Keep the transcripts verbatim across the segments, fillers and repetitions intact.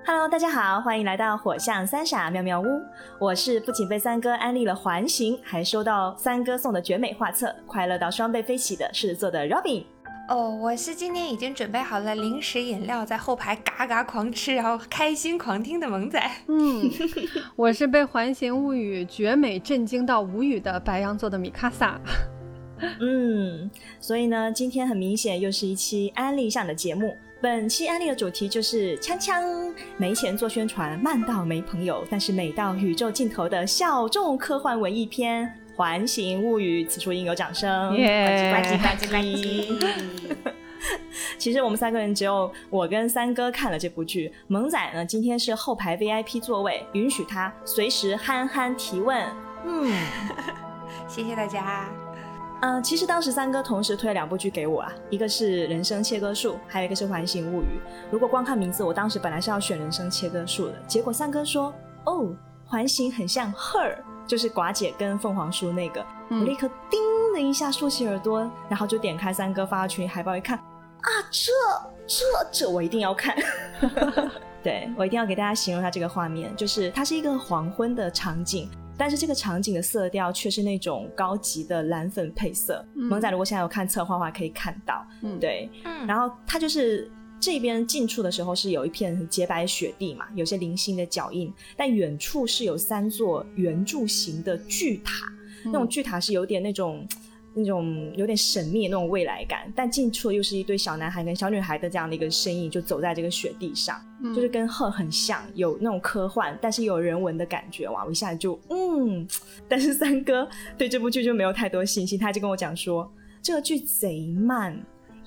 Hello， 大家好，欢迎来到火象三傻妙妙屋。我是不仅被三哥安利了环形，还收到三哥送的绝美画册，快乐到双倍飞起的狮子座的 Robin。 哦，我是今天已经准备好了零食饮料，在后排嘎嘎狂吃，然后开心狂听的萌仔。 嗯，我是被环形物语绝美震惊到无语的白羊座的米卡萨。 嗯，所以呢，今天很明显又是一期安利上的节目。本期安利的主题就是锵锵，没钱做宣传，慢到没朋友，但是美到宇宙尽头的小众科幻文艺片《环形物语》，此处应有掌声。 耶！ 呱唧呱唧呱唧。其实我们三个人只有我跟三哥看了这部剧，萌仔呢今天是后排 V I P 座位，允许他随时憨憨提问。嗯， 谢谢大家。 呃，其实当时三哥同时推了两部剧给我啊，一个是《人生切割术》，还有一个是《环形物语》。如果光看名字，我当时本来是要选《人生切割术》的，结果三哥说：“哦，环形很像 Her， 就是寡姐跟凤凰叔那个。嗯”我立刻叮的一下竖起耳朵，然后就点开三哥发的群海报一看，啊，这这这我一定要看。对，我一定要给大家形容一下这个画面，就是它是一个黄昏的场景。但是这个场景的色调却是那种高级的蓝粉配色，嗯、萌仔如果现在有看策划的话可以看到，嗯、对、嗯，然后它就是这边近处的时候是有一片洁白雪地嘛，有些零星的脚印，但远处是有三座圆柱形的巨塔、嗯、那种巨塔是有点那种那种有点神秘的那种未来感，但近处又是一对小男孩跟小女孩的这样的一个身影就走在这个雪地上、嗯、就是跟Her很像，有那种科幻但是有人文的感觉。哇，我一下就嗯，但是三哥对这部剧就没有太多信心，他就跟我讲说这个剧贼慢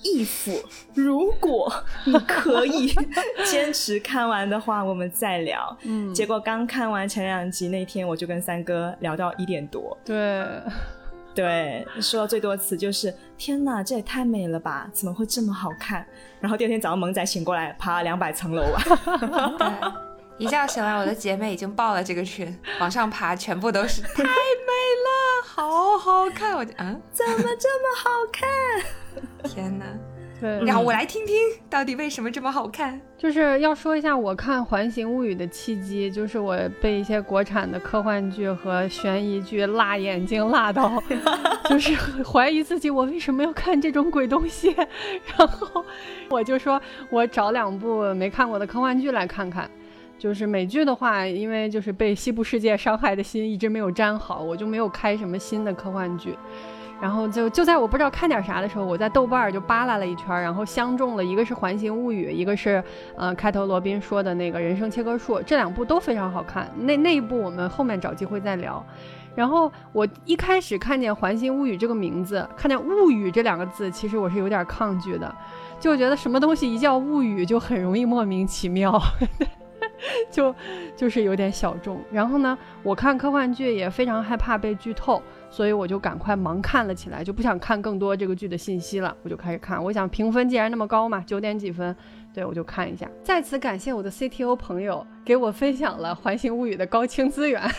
，if 如果你可以坚持看完的话我们再聊、嗯、结果刚看完前两集那天我就跟三哥聊到一点多。 对对，说的最多词就是天哪，这也太美了吧，怎么会这么好看。然后第二天早上萌仔醒过来爬了两百层楼吧。 对，一觉醒来我的姐妹已经爆了这个群，往上爬全部都是太美了，好好看。我就嗯， 怎么这么好看。 天哪， 对， 让我来听听到底为什么这么好看。 就是要说一下我看《环形物语》的契机，就是我被一些国产的科幻剧和悬疑剧辣眼睛辣到就是怀疑自己我为什么要看这种鬼东西，然后我就说我找两部没看过的科幻剧来看看。就是美剧的话，因为就是被西部世界伤害的心一直没有粘好，我就没有开什么新的科幻剧。然后就就在我不知道看点啥的时候，我在豆瓣就扒拉了一圈，然后相中了一个是《环形物语》，一个是呃开头罗宾说的那个《人生切割术》，这两部都非常好看。那那一部我们后面找机会再聊。然后我一开始看见《环形物语》这个名字，看见物语这两个字，其实我是有点抗拒的，就觉得什么东西一叫物语就很容易莫名其妙。就就是有点小众。然后呢，我看科幻剧也非常害怕被剧透，所以我就赶快盲看了起来，就不想看更多这个剧的信息了，我就开始看。我想评分既然那么高嘛，九点几分，对，我就看一下。在此感谢我的 C T O 朋友给我分享了《环形物语》的高清资源。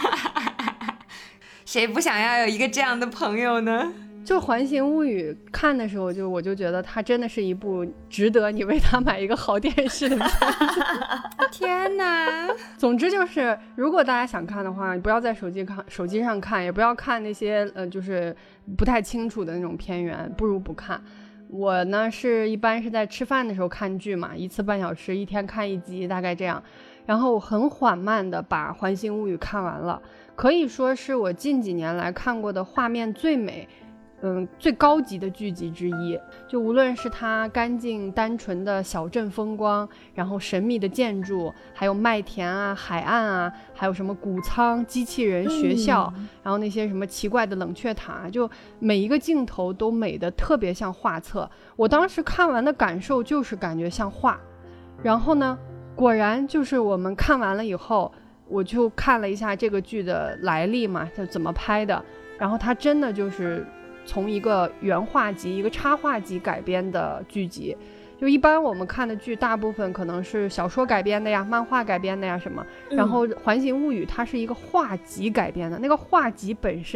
谁不想要有一个这样的朋友呢？ 就《环形物语》看的时候就我就觉得它真的是一部值得你为它买一个好电视的片子。 天哪， 总之就是如果大家想看的话，不要在手机看手机上看，也不要看那些呃就是不太清楚的那种片源，不如不看。我呢是一般是在吃饭的时候看剧嘛，一次半小时，一天看一集，大概这样。然后我很缓慢的把《环形物语》看完了，可以说是我近几年来看过的画面最美嗯，最高级的剧集之一。就无论是它干净单纯的小镇风光，然后神秘的建筑，还有麦田啊、海岸啊，还有什么谷仓、机器人、学校、嗯、然后那些什么奇怪的冷却塔，就每一个镜头都美得特别像画册。我当时看完的感受就是感觉像画。然后呢，果然就是我们看完了以后，我就看了一下这个剧的来历嘛，就怎么拍的，然后它真的就是从一个原画集一个插画集改编的剧集。就一般我们看的剧大部分可能是小说改编的呀，漫画改编的呀什么，然后《环形物语》它是一个画集改编的，那个画集本身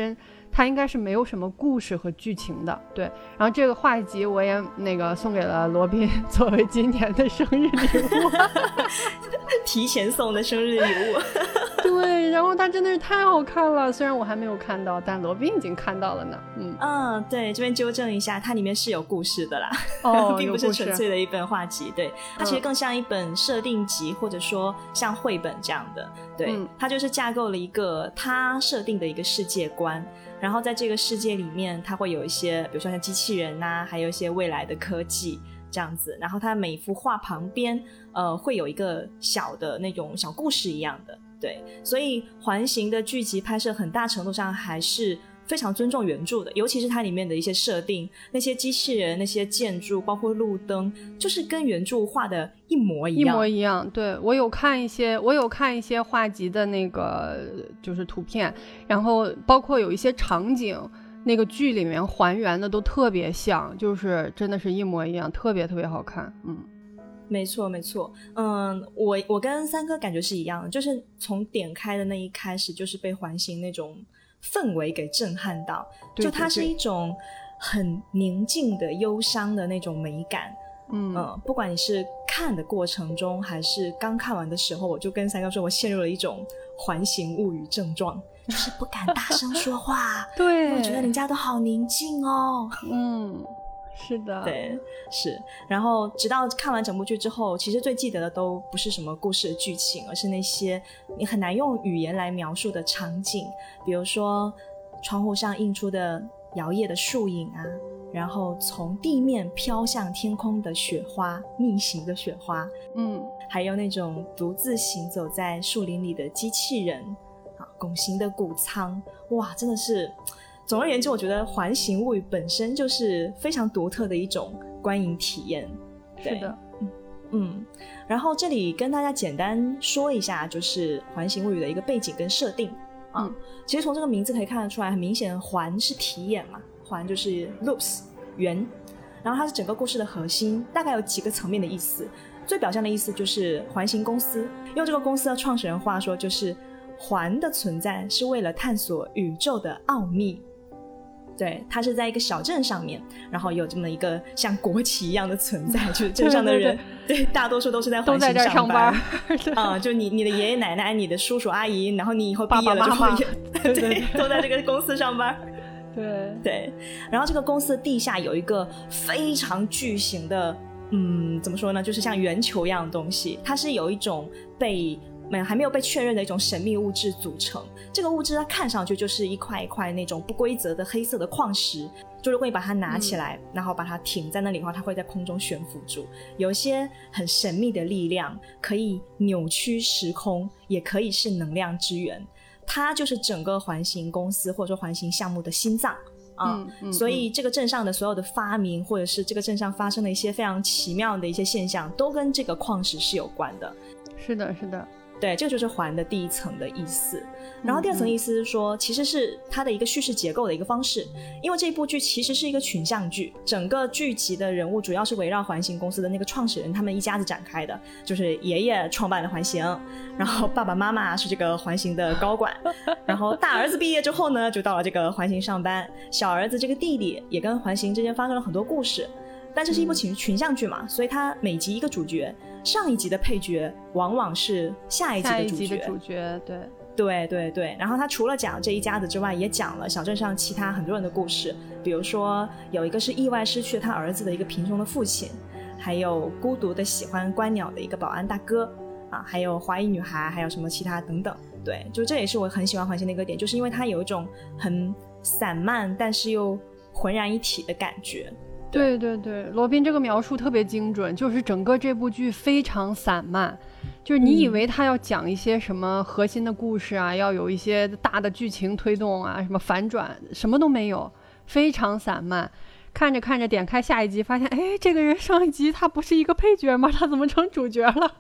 它应该是没有什么故事和剧情的。对，然后这个画集我也那个送给了罗宾作为今年的生日礼物提前送的生日礼物对，然后它真的是太好看了，虽然我还没有看到，但罗宾已经看到了呢。嗯嗯，对，这边纠正一下，它里面是有故事的啦， 哦并不是纯粹的一本画集。对，它其实更像一本设定集，嗯、或者说像绘本这样的。对、嗯，它就是架构了一个它设定的一个世界观，然后在这个世界里面，它会有一些，比如说像机器人啊，还有一些未来的科技这样子。然后它每幅画旁边，呃，会有一个小的那种小故事一样的。对，所以环形的剧集拍摄很大程度上还是非常尊重原著的，尤其是它里面的一些设定，那些机器人、那些建筑，包括路灯，就是跟原著画的一模一样。 一模一样。对，我有看一些，我有看一些画集的那个就是图片，然后包括有一些场景，那个剧里面还原的都特别像，就是真的是一模一样，特别特别好看。嗯。 没错没错，嗯，我我跟三哥感觉是一样的，就是从点开的那一开始就是被环形那种氛围给震撼到， 对对对， 就它是一种很宁静的忧伤的那种美感。 嗯、 呃、不管你是看的过程中还是刚看完的时候，我就跟三哥说我陷入了一种环形物语症状，就是不敢大声说话对， 我觉得人家都好宁静哦。 嗯，是的， 对，是。然后直到看完整部剧之后，其实最记得的都不是什么故事的剧情，而是那些你很难用语言来描述的场景，比如说窗户上映出的摇曳的树影啊，然后从地面飘向天空的雪花，逆行的雪花， 嗯， 还有那种独自行走在树林里的机器人啊，拱形的谷仓，哇，真的是。总而言之，我觉得环形物语本身就是非常独特的一种观影体验。 是的， 嗯，然后这里跟大家简单说一下，就是环形物语的一个背景跟设定啊、嗯。其实从这个名字可以看得出来，很明显环是题眼嘛，环就是 loops 圆，然后它是整个故事的核心，大概有几个层面的意思。最表象的意思就是环形公司，用这个公司的创始人话说，就是环的存在是为了探索宇宙的奥秘。对，它是在一个小镇上面，然后有这么一个像国旗一样的存在，就是镇上的人对, 对, 对，大多数都是在环形上班啊、嗯，就你你的爷爷奶奶、你的叔叔阿姨，然后你以后毕业了之后也爸爸对, 对, 对，都在这个公司上班。 对对， 然后这个公司的地下有一个非常巨型的，嗯，怎么说呢，就是像圆球一样的东西，它是有一种被还没有被确认的一种神秘物质组成。这个物质它看上去就是一块一块那种不规则的黑色的矿石，就如果你把它拿起来、嗯、然后把它停在那里的话，它会在空中悬浮住。有一些很神秘的力量可以扭曲时空，也可以是能量之源，它就是整个环形公司或者说环形项目的心脏啊、嗯嗯，所以这个镇上的所有的发明，或者是这个镇上发生的一些非常奇妙的一些现象，都跟这个矿石是有关的。 是的是的， 对，这个就是环的第一层的意思。然后第二层意思是说、嗯、其实是它的一个叙事结构的一个方式，因为这部剧其实是一个群像剧，整个剧集的人物主要是围绕环形公司的那个创始人他们一家子展开的，就是爷爷创办了环形，然后爸爸妈妈是这个环形的高管然后大儿子毕业之后呢就到了这个环形上班，小儿子这个弟弟也跟环形之间发生了很多故事。但这是一部群群像剧嘛，所以它每集一个主角，上一集的配角往往是下一集的主角， 下一集的主角，对对对对。然后他除了讲这一家子之外，也讲了小镇上其他很多人的故事，比如说有一个是意外失去他儿子的一个贫穷的父亲，还有孤独的喜欢观鸟的一个保安大哥啊，还有华裔女孩，还有什么其他等等。对，就这也是我很喜欢环形的一个点，就是因为它有一种很散漫但是又浑然一体的感觉。 对对对，罗宾这个描述特别精准，就是整个这部剧非常散漫，就是你以为他要讲一些什么核心的故事啊、嗯、要有一些大的剧情推动啊，什么反转，什么都没有，非常散漫。看着看着点开下一集发现，哎，这个人上一集他不是一个配角吗？他怎么成主角了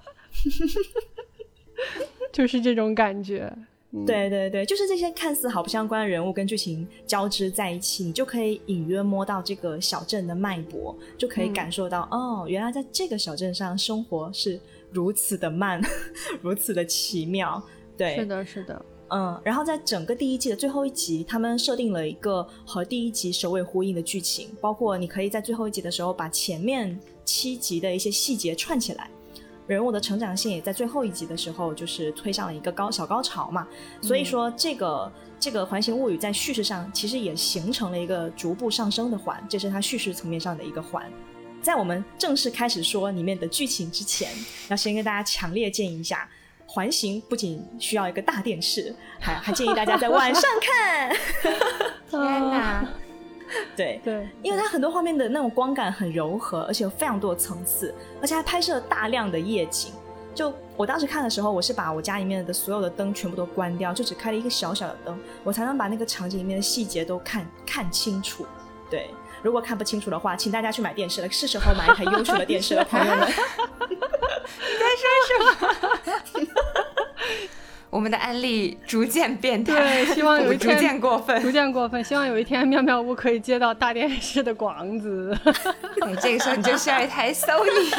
就是这种感觉。 嗯、对对对，就是这些看似毫不相关的人物跟剧情交织在一起，你就可以隐约摸到这个小镇的脉搏，就可以感受到、嗯、哦，原来在这个小镇上生活是如此的慢如此的奇妙。对， 是的是的。 嗯，然后在整个第一季的最后一集，他们设定了一个和第一集首尾呼应的剧情，包括你可以在最后一集的时候把前面七集的一些细节串起来，人物的成长线也在最后一集的时候就是推上了一个高小高潮嘛。所以说这个、嗯、这个环形物语在叙事上其实也形成了一个逐步上升的环，这是它叙事层面上的一个环。在我们正式开始说里面的剧情之前，要先跟大家强烈建议一下，环形不仅需要一个大电视，还还建议大家在晚上看。 天哪！ 对对， 因为它很多画面的那种光感很柔和，而且有非常多的层次，而且还拍摄了大量的夜景。就我当时看的时候，我是把我家里面的所有的灯全部都关掉，就只开了一个小小的灯，我才能把那个场景里面的细节都看看清楚。对，如果看不清楚的话，请大家去买电视了，是时候买一台优秀的电视了，朋友们。 你在说什么？我们的案例逐渐变态， 对，希望有一天逐渐过分， 逐渐过分。希望有一天妙妙屋可以接到大电视的广子。 对，这个时候你就需要一台 Sony。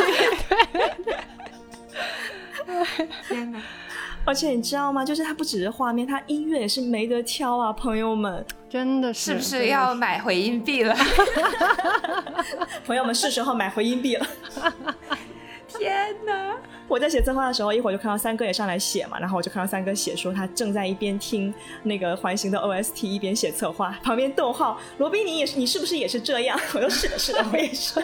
天哪！ 而且你知道吗？就是它不只是画面，它音乐也是没得挑啊，朋友们。 真的是， 是不是要买回音壁了？ 朋友们，是时候买回音壁了。 天哪！ 我在写策划的时候，一会儿就看到三哥也上来写嘛，然后我就看到三哥写说他正在一边听那个环形的 O S T 一边写策划，旁边逗号罗宾你也是，你是不是也是这样？我说是的是的，我也是。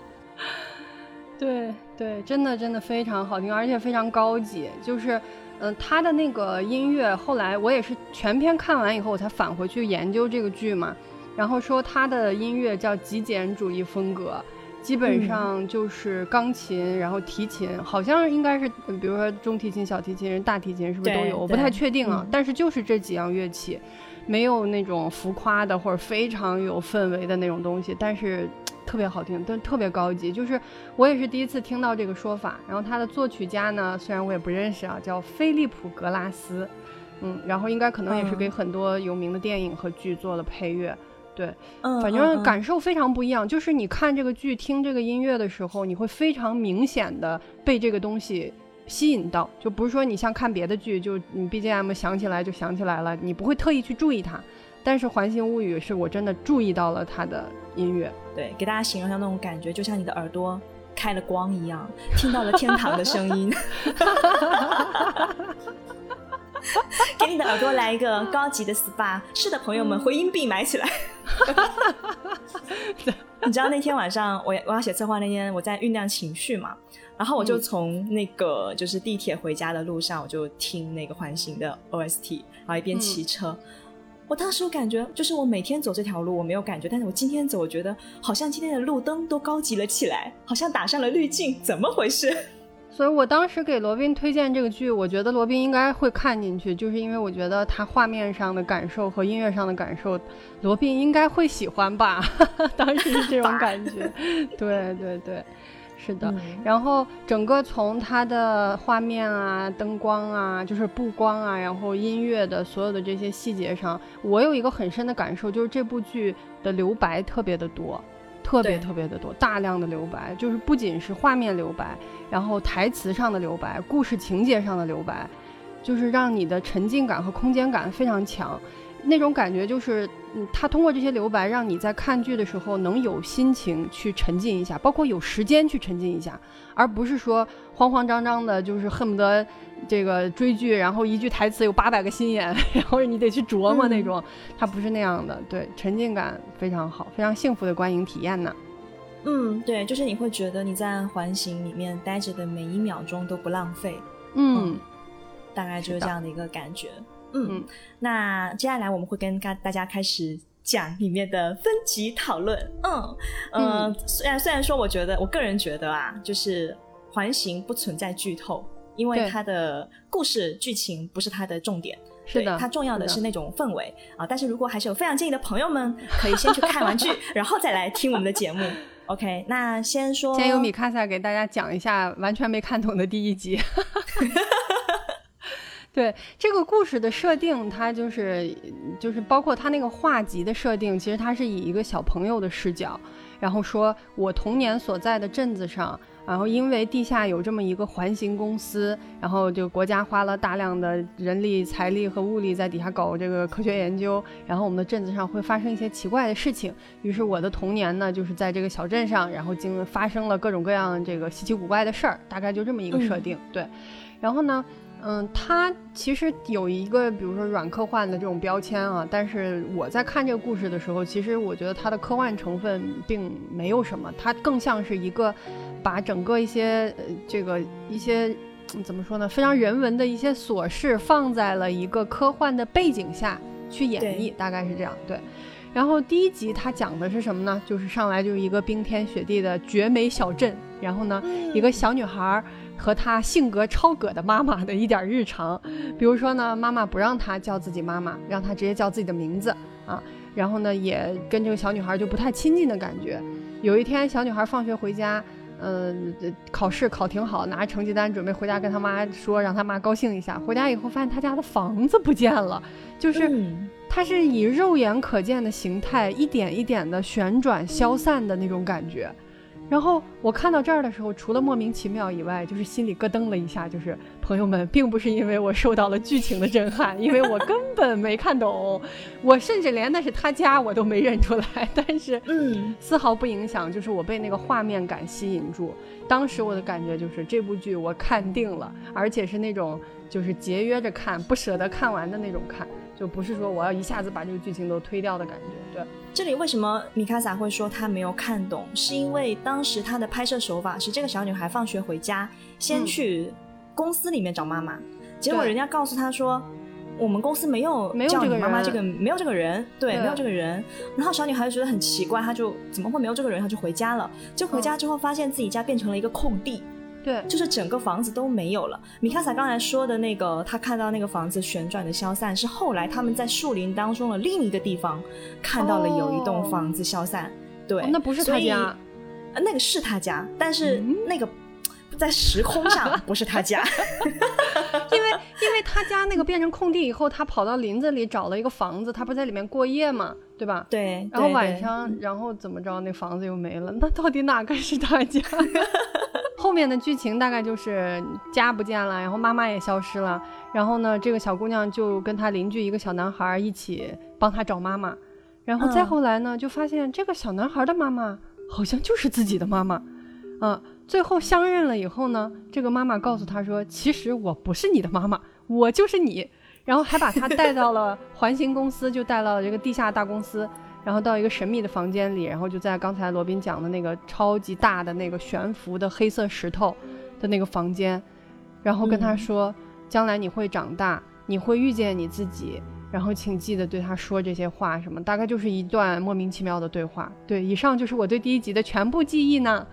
对对，真的真的非常好听，而且非常高级。就是嗯、呃，他的那个音乐，后来我也是全篇看完以后我才返回去研究这个剧嘛，然后说他的音乐叫极简主义风格，基本上就是钢琴、嗯、然后提琴，好像应该是比如说中提琴、小提琴、大提琴是不是都有，我不太确定啊、嗯、但是就是这几样乐器，没有那种浮夸的或者非常有氛围的那种东西，但是特别好听，但特别高级。就是我也是第一次听到这个说法。然后他的作曲家呢，虽然我也不认识啊，叫菲利普·格拉斯，嗯，然后应该可能也是给很多有名的电影和剧做了配乐。对，反正感受非常不一样。就是你看这个剧、听这个音乐的时候，你会非常明显的被这个东西吸引到，就不是说你像看别的剧，就你 B G M 想起来就想起来了，你不会特意去注意它。但是《环形物语》是我真的注意到了它的音乐。 对，给大家形容一下那种感觉，就像你的耳朵开了光一样，听到了天堂的声音。给你的耳朵来一个高级的 S P A。 是的，朋友们，回音壁买起来。你知道那天晚上我我要写策划那天，我在酝酿情绪嘛，然后我就从那个就是地铁回家的路上，我就听那个环形的 O S T， 然后一边骑车、嗯，我当时有感觉，就是我每天走这条路我没有感觉，但是我今天走，我觉得好像今天的路灯都高级了起来，好像打上了滤镜，怎么回事？ 所以我当时给罗宾推荐这个剧，我觉得罗宾应该会看进去，就是因为我觉得他画面上的感受和音乐上的感受，罗宾应该会喜欢吧。当时是这种感觉。对对对，是的、嗯、然后整个从它的画面啊、灯光啊、就是布光啊，然后音乐的所有的这些细节上，我有一个很深的感受，就是这部剧的留白特别的多，特别特别的多，大量的留白，就是不仅是画面留白，然后台词上的留白，故事情节上的留白，就是让你的沉浸感和空间感非常强。那种感觉就是、嗯、他通过这些留白让你在看剧的时候能有心情去沉浸一下，包括有时间去沉浸一下，而不是说慌慌张张的，就是恨不得这个追剧然后一句台词有八百个心眼，然后你得去琢磨那种、嗯、它不是那样的。对，沉浸感非常好，非常幸福的观影体验呢。 嗯，对，就是你会觉得你在环形里面待着的每一秒钟都不浪费。 嗯, 嗯大概就是这样的一个感觉。嗯, 嗯，那接下来我们会跟大家开始讲里面的分级讨论。嗯呃、嗯，虽然虽然说我觉得我个人觉得啊，就是环形不存在剧透，因为它的故事剧情不是它的重点， 是的， 它重要的是那种氛围啊。但是如果还是有非常建议的朋友们，可以先去看完剧然后再来听我们的节目。OK， 那先说先由米卡萨给大家讲一下完全没看懂的第一集。对，这个故事的设定，它就是就是包括它那个画集的设定，其实它是以一个小朋友的视角，然后说我童年所在的镇子上啊、 然后因为地下有这么一个环形公司，然后就国家花了大量的人力财力和物力在底下搞这个科学研究，然后我们的镇子上会发生一些奇怪的事情，于是我的童年呢就是在这个小镇上，然后经发生了各种各样这个稀奇古怪的事儿，大概就这么一个设定、嗯、对。然后呢嗯，它其实有一个比如说软科幻的这种标签啊，但是我在看这个故事的时候，其实我觉得它的科幻成分并没有什么，它更像是一个把整个一些、呃、这个一些怎么说呢，非常人文的一些琐事放在了一个科幻的背景下去演绎，大概是这样。对。然后第一集它讲的是什么呢？就是上来就是一个冰天雪地的绝美小镇，然后呢、嗯、一个小女孩和她性格超葛的妈妈的一点日常。比如说呢，妈妈不让她叫自己妈妈，让她直接叫自己的名字啊，然后呢也跟这个小女孩就不太亲近的感觉。有一天小女孩放学回家，嗯、呃，考试考挺好，拿着成绩单准备回家跟她妈说，让她妈高兴一下。回家以后发现她家的房子不见了，就是它是以肉眼可见的形态一点一点的旋转消散的那种感觉。然后我看到这儿的时候，除了莫名其妙以外，就是心里咯噔了一下，就是朋友们，并不是因为我受到了剧情的震撼，因为我根本没看懂，我甚至连那是他家我都没认出来，但是嗯，丝毫不影响，就是我被那个画面感吸引住。当时我的感觉就是这部剧我看定了，而且是那种就是节约着看，不舍得看完的那种看，就不是说我要一下子把这个剧情都推掉的感觉。对， 这里为什么米卡萨会说他没有看懂，是因为当时他的拍摄手法是这个小女孩放学回家先去公司里面找妈妈、嗯、结果人家告诉他说我们公司没有叫你妈妈这个没有这个人，对，没有这个人。然后小女孩就觉得很奇怪，她就怎么会没有这个人，她就回家了。就回家之后发现自己家变成了一个空地，对，就是整个房子都没有了。米卡萨刚才说的那个他看到那个房子旋转的消散，是后来他们在树林当中的另一个地方看到了有一栋房子消散、哦、对、哦、 那不是他家， 那个是他家，但是那个、嗯、在时空上不是他家因为因为他家那个变成空地以后，他跑到林子里找了一个房子，他不是在里面过夜吗？对吧？ 对， 然后晚上然后怎么着那房子又没了，那到底哪个是他家后面的剧情大概就是家不见了，然后妈妈也消失了，然后呢这个小姑娘就跟她邻居一个小男孩一起帮她找妈妈，然后再后来呢、嗯、就发现这个小男孩的妈妈好像就是自己的妈妈啊，最后相认了以后呢，这个妈妈告诉她说其实我不是你的妈妈，我就是你，然后还把她带到了环形公司就带到了这个地下大公司，然后到一个神秘的房间里，然后就在刚才罗宾讲的那个超级大的那个悬浮的黑色石头的那个房间，然后跟他说、嗯、将来你会长大，你会遇见你自己，然后请记得对他说这些话什么，大概就是一段莫名其妙的对话。对，以上就是我对第一集的全部记忆呢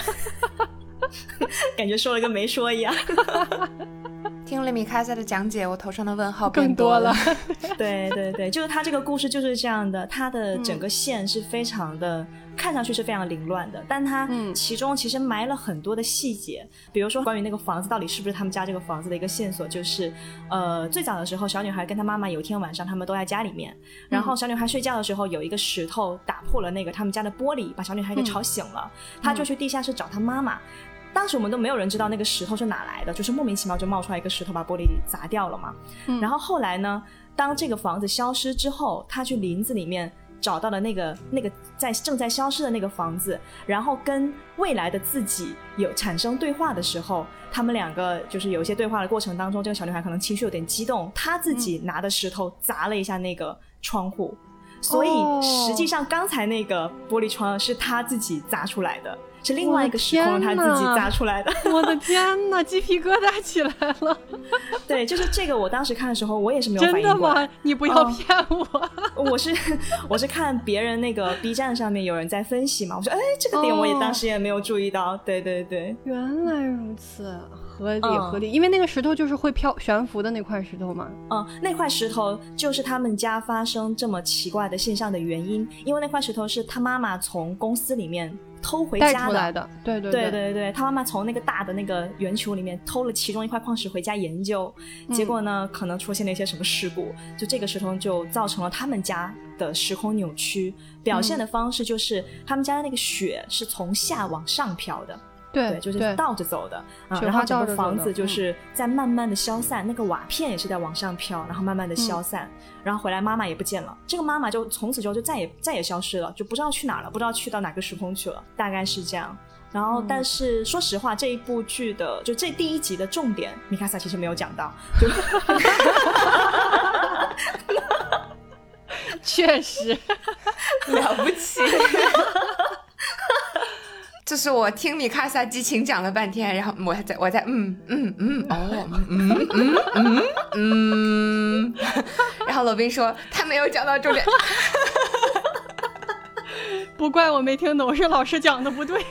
感觉说了跟没说一样听了米卡萨的讲解，我头上的问号更多了对对对，就是他这个故事就是这样的，他的整个线是非常的、嗯、看上去是非常凌乱的，但他其中其实埋了很多的细节、嗯、比如说关于那个房子到底是不是他们家这个房子的一个线索，就是呃，最早的时候小女孩跟她妈妈有一天晚上他们都在家里面，然后小女孩睡觉的时候有一个石头打破了那个他们家的玻璃，把小女孩给吵醒了、嗯、她就去地下室找她妈妈，当时我们都没有人知道那个石头是哪来的，就是莫名其妙就冒出来一个石头把玻璃砸掉了嘛、嗯、然后后来呢，当这个房子消失之后，他去林子里面找到了那个那个在正在消失的那个房子，然后跟未来的自己有产生对话的时候，他们两个就是有一些对话的过程当中，这个小女孩可能情绪有点激动，她自己拿的石头砸了一下那个窗户、嗯、所以实际上刚才那个玻璃窗是她自己砸出来的，是另外一个时空他自己砸出来的。 我的天哪，鸡皮疙瘩起来了对，就是这个我当时看的时候我也是没有反应过来。 真的吗？你不要骗我、 哦、我是我是看别人那个 B 站上面有人在分析嘛，我说哎，这个点我也当时也没有注意到、哦、对对对， 原来如此，合理合理、嗯、因为那个石头就是会飘悬浮的那块石头嘛。 嗯，那块石头就是他们家发生这么奇怪的现象的原因，因为那块石头是他妈妈从公司里面偷回家的， 带出来的，对对对对对，他妈妈从那个大的那个圆球里面偷了其中一块矿石回家研究，结果呢、嗯、可能出现了一些什么事故，就这个石头就造成了他们家的时空扭曲，表现的方式就是、嗯、他们家的那个雪是从下往上飘的， 对对，就是倒着走的啊。 雪然后整个花倒着走的房子就是在慢慢的消散，那个瓦片也是在往上飘，然后慢慢的消散。 嗯然后回来妈妈也不见了，这个妈妈就从此之后就再也再也消失了，就不知道去哪了，不知道去到哪个时空去了，大概是这样。然后但是说实话，这一部剧的就这第一集的重点米卡萨其实没有讲到，就确实了不起。就是我听米卡萨激情讲了半天，然后我在我在嗯嗯嗯哦嗯嗯嗯嗯，然后罗宾说他没有讲到重点。 不怪我没听懂，是老师讲的不对。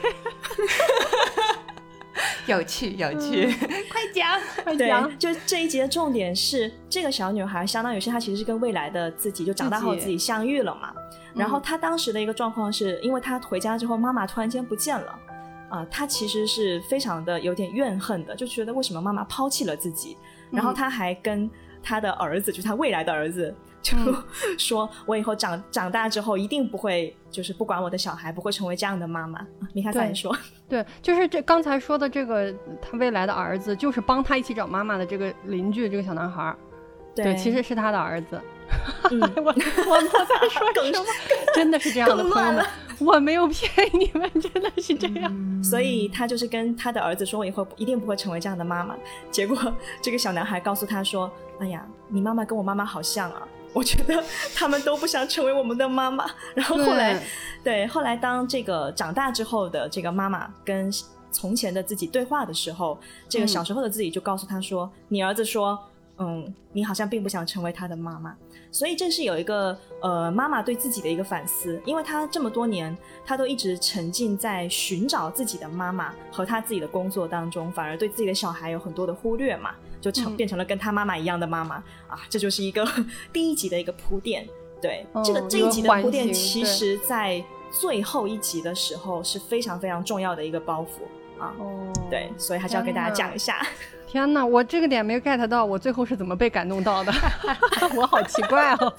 有趣有趣、嗯、快讲快讲。 对，就这一集的重点是这个小女孩相当于是她其实是跟未来的自己就长大后自己相遇了嘛，然后她当时的一个状况是因为她回家之后妈妈突然间不见了啊、呃，她其实是非常的有点怨恨的，就觉得为什么妈妈抛弃了自己，然后她还跟她的儿子就是她未来的儿子就说我以后长长大之后一定不会就是不管我的小孩，不会成为这样的妈妈。米卡萨你说。 对，就是这刚才说的这个他未来的儿子就是帮他一起找妈妈的这个邻居这个小男孩， 对, 对其实是他的儿子。嗯、我我我在说什么？真的是这样的，朋友们，我没有骗你们，真的是这样、 嗯、所以他就是跟他的儿子说我以后一定不会成为这样的妈妈，结果这个小男孩告诉他说哎呀你妈妈跟我妈妈好像啊，我觉得他们都不想成为我们的妈妈。然后后来 对, 对后来当这个长大之后的这个妈妈跟从前的自己对话的时候，这个小时候的自己就告诉他说、嗯、你儿子说嗯，你好像并不想成为他的妈妈。所以这是有一个呃妈妈对自己的一个反思，因为她这么多年她都一直沉浸在寻找自己的妈妈和她自己的工作当中，反而对自己的小孩有很多的忽略嘛，就成、嗯、变成了跟她妈妈一样的妈妈啊，这就是一个第一集的一个铺垫。对、哦、这个这一集的铺垫其实在最后一集的时候是非常非常重要的一个包袱啊、哦、对，所以还是要跟大家讲一下。 天哪，我这个点没 get 到，我最后是怎么被感动到的？我好奇怪哦。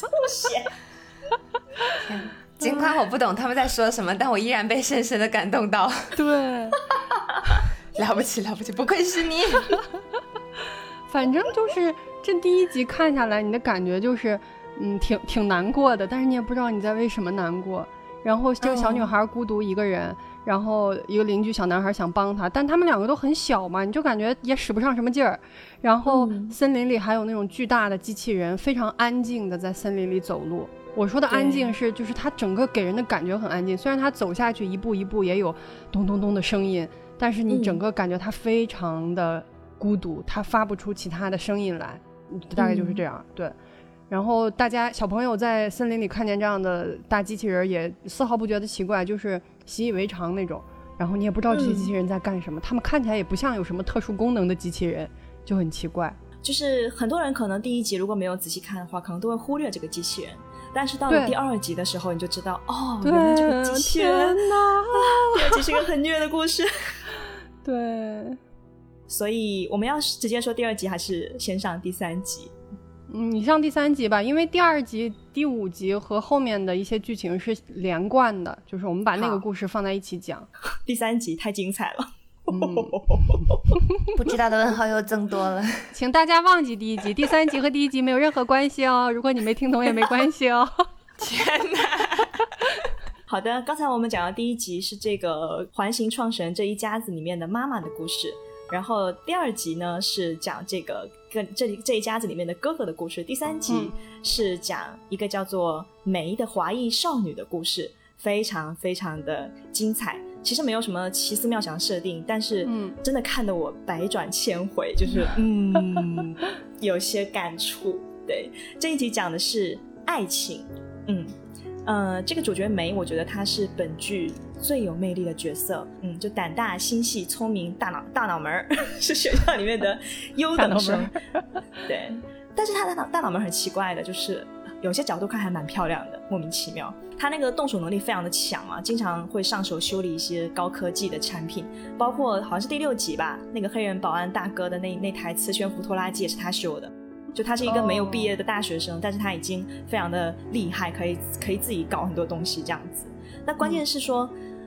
尽管我不懂他们在说什么，但我依然被深深的感动到。 对， 了不起了不起，不愧是你。 反正就是这第一集看下来，你的感觉就是嗯，挺挺难过的，但是你也不知道你在为什么难过。然后这个小女孩孤独一个人、嗯、然后一个邻居小男孩想帮她，但他们两个都很小嘛，你就感觉也使不上什么劲儿。然后森林里还有那种巨大的机器人，非常安静的在森林里走路。我说的安静是就是它整个给人的感觉很安静，虽然它走下去一步一步也有咚咚咚的声音，但是你整个感觉它非常的孤独，它发不出其他的声音来，大概就是这样、嗯、对。然后大家小朋友在森林里看见这样的大机器人也丝毫不觉得奇怪，就是习以为常那种。然后你也不知道这些机器人在干什么、嗯、他们看起来也不像有什么特殊功能的机器人，就很奇怪。 就是很多人可能第一集如果没有仔细看的话，可能都会忽略这个机器人，但是到了第二集的时候你就知道哦，原来这个机器人天哪、 啊、第二集是一个很虐的故事。 对， 所以我们要直接说第二集还是先上第三集？ 嗯，你上第三集吧，因为第二集第五集和后面的一些剧情是连贯的，就是我们把那个故事放在一起讲。 第三集太精彩了、嗯、 不知道的问号又增多了。 请大家忘记第一集，第三集和第一集没有任何关系哦，如果你没听懂也没关系哦。 天哪。 好的，刚才我们讲的第一集是这个环形创始人这一家子里面的妈妈的故事，然后第二集呢是讲这个跟这这一家子里面的哥哥的故事，第三集是讲一个叫做梅的华裔少女的故事，非常非常的精彩。其实没有什么奇思妙想设定，但是真的看得我百转千回，就是嗯有些感触。对，这一集讲的是爱情。嗯呃，这个主角梅，我觉得她是本剧最有魅力的角色。嗯，就胆大心细聪明大脑大脑门是学校里面的优等生。对，但是她的大脑门很奇怪的，就是有些角度看还蛮漂亮的，莫名其妙。她那个动手能力非常的强啊，经常会上手修理一些高科技的产品，包括好像是第六集吧，那个黑人保安大哥的那那台磁悬浮拖拉机也是他修的。就他是一个没有毕业的大学生、oh. 但是他已经非常的厉害，可以可以自己搞很多东西这样子。那关键是说、嗯、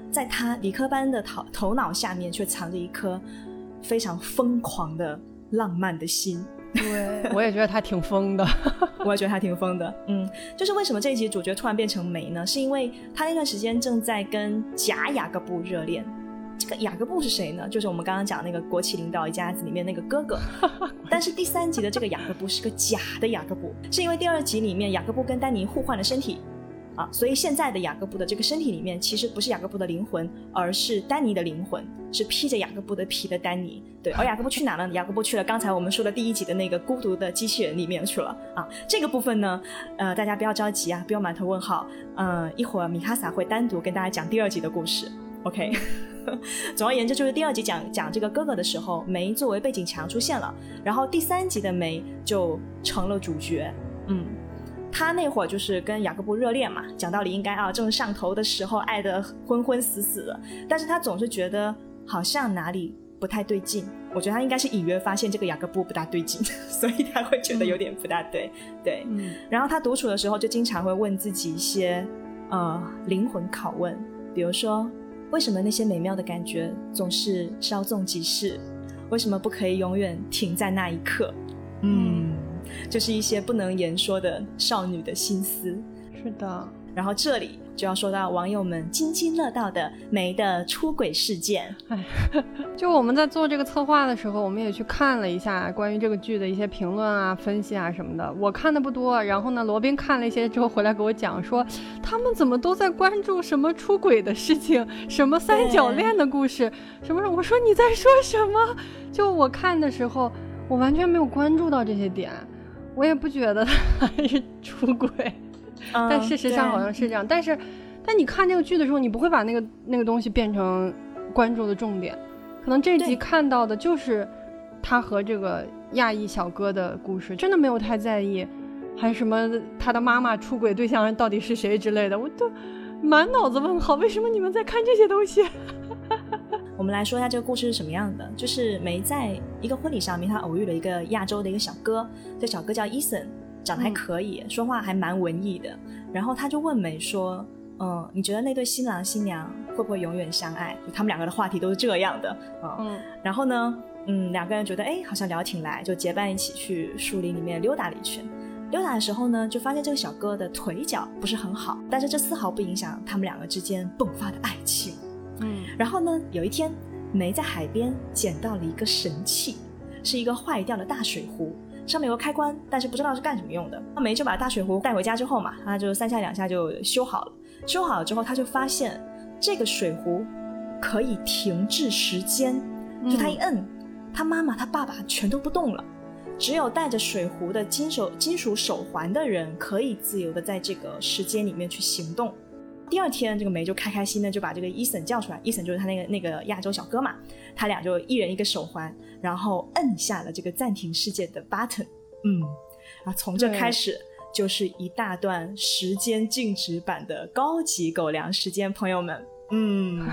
在他理科班的头头脑下面却藏着一颗非常疯狂的浪漫的心。 对，我也觉得他挺疯的我也觉得他挺疯的。嗯，就是为什么这一集主角突然变成梅呢？是因为他那段时间正在跟假雅各布热恋。这个雅各布是谁呢？就是我们刚刚讲那个国旗领导一家子里面那个哥哥但是第三集的这个雅各布是个假的雅各布，是因为第二集里面雅各布跟丹尼互换了身体啊，所以现在的雅各布的这个身体里面其实不是雅各布的灵魂，而是丹尼的灵魂，是披着雅各布的皮的丹尼。对，而雅各布去哪了？雅各布去了刚才我们说的第一集的那个孤独的机器人里面去了啊。这个部分呢，呃，大家不要着急啊，不要满头问号。呃，一会儿米卡萨会单独跟大家讲第二集的故事。OK 总而言之，就是第二集讲讲这个哥哥的时候，梅作为背景墙出现了，然后第三集的梅就成了主角。嗯，他那会儿就是跟雅各布热恋嘛，讲道理应该啊正上头的时候爱得昏昏死死的，但是他总是觉得好像哪里不太对劲。我觉得他应该是隐约发现这个雅各布不大对劲所以他会觉得有点不大对、嗯、对、嗯、然后他独处的时候就经常会问自己一些呃灵魂拷问，比如说为什么那些美妙的感觉总是稍纵即逝，为什么不可以永远停在那一刻。嗯，就是一些不能言说的少女的心思。 是的， 然后这里就要说到网友们津津乐道的梅的出轨事件。 哎，就我们在做这个策划的时候，我们也去看了一下关于这个剧的一些评论啊、分析啊什么的。我看的不多，然后呢，罗宾看了一些之后回来给我讲说，他们怎么都在关注什么出轨的事情，什么三角恋的故事，什么什么。我说你在说什么？就我看的时候，我完全没有关注到这些点，我也不觉得他是出轨。嗯、但事实上好像是这样，但是但你看这个剧的时候，你不会把那个那个东西变成关注的重点，可能这集看到的就是他和这个亚裔小哥的故事，真的没有太在意还什么他的妈妈出轨对象到底是谁之类的，我都满脑子问号，为什么你们在看这些东西我们来说一下这个故事是什么样的。就是梅在一个婚礼上面，他偶遇了一个亚洲的一个小哥，这小哥叫伊森，长得还可以、嗯、说话还蛮文艺的。然后他就问梅说嗯，你觉得那对新郎新娘会不会永远相爱？就他们两个的话题都是这样的、嗯嗯、然后呢嗯，两个人觉得哎，好像聊挺来，就结伴一起去树林里面溜达了一圈。溜达的时候呢，就发现这个小哥的腿脚不是很好，但是这丝毫不影响他们两个之间迸发的爱情。嗯，然后呢，有一天梅在海边捡到了一个神器，是一个坏掉的大水壶，上面有个开关，但是不知道是干什么用的。梅就把大水壶带回家之后嘛，他就三下两下就修好了。修好了之后，他就发现这个水壶可以停滞时间，就他一摁、嗯、他妈妈他爸爸全都不动了，只有带着水壶的金手金属手环的人可以自由的在这个时间里面去行动。第二天这个梅就开开心的就把这个伊森叫出来，伊森就是他那个那个亚洲小哥嘛，他俩就一人一个手环，然后摁下了这个暂停世界的 button。 嗯，然后从这开始就是一大段时间静止版的高级狗粮时间，朋友们。嗯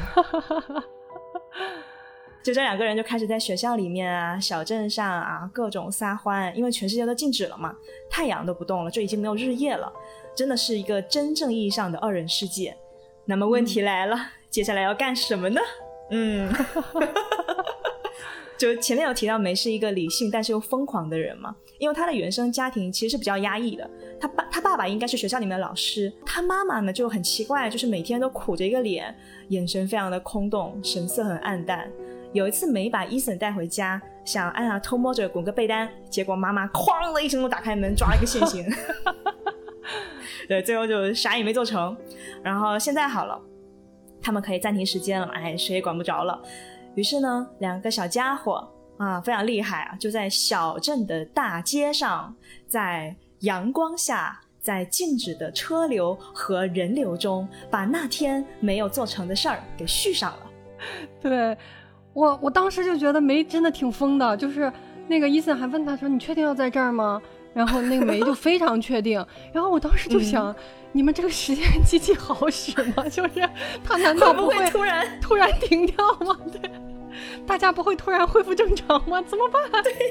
就这两个人就开始在学校里面啊、小镇上啊各种撒欢，因为全世界都静止了嘛，太阳都不动了，就已经没有日夜了，真的是一个真正意义上的二人世界。那么问题来了、嗯、接下来要干什么呢？嗯就前面有提到梅是一个理性但是又疯狂的人嘛，因为他的原生家庭其实是比较压抑的，他爸他爸爸应该是学校里面的老师，他妈妈呢就很奇怪，就是每天都苦着一个脸，眼神非常的空洞，神色很暗淡。有一次梅把伊森带回家，想按他偷摸着滚个被单，结果妈妈哐的一声打开门抓了一个现行对，最后就啥也没做成。然后现在好了，他们可以暂停时间了，哎，谁也管不着了。于是呢，两个小家伙啊，非常厉害啊，就在小镇的大街上，在阳光下，在静止的车流和人流中，把那天没有做成的事儿给续上了。 对，我我当时就觉得梅真的挺疯的，就是那个伊森还问他说你确定要在这儿吗？然后那个梅就非常确定然后我当时就想、嗯、你们这个时间机器好使吗？就是他难道不会会不会突然突然停掉吗？对，大家不会突然恢复正常吗？怎么办？ 对，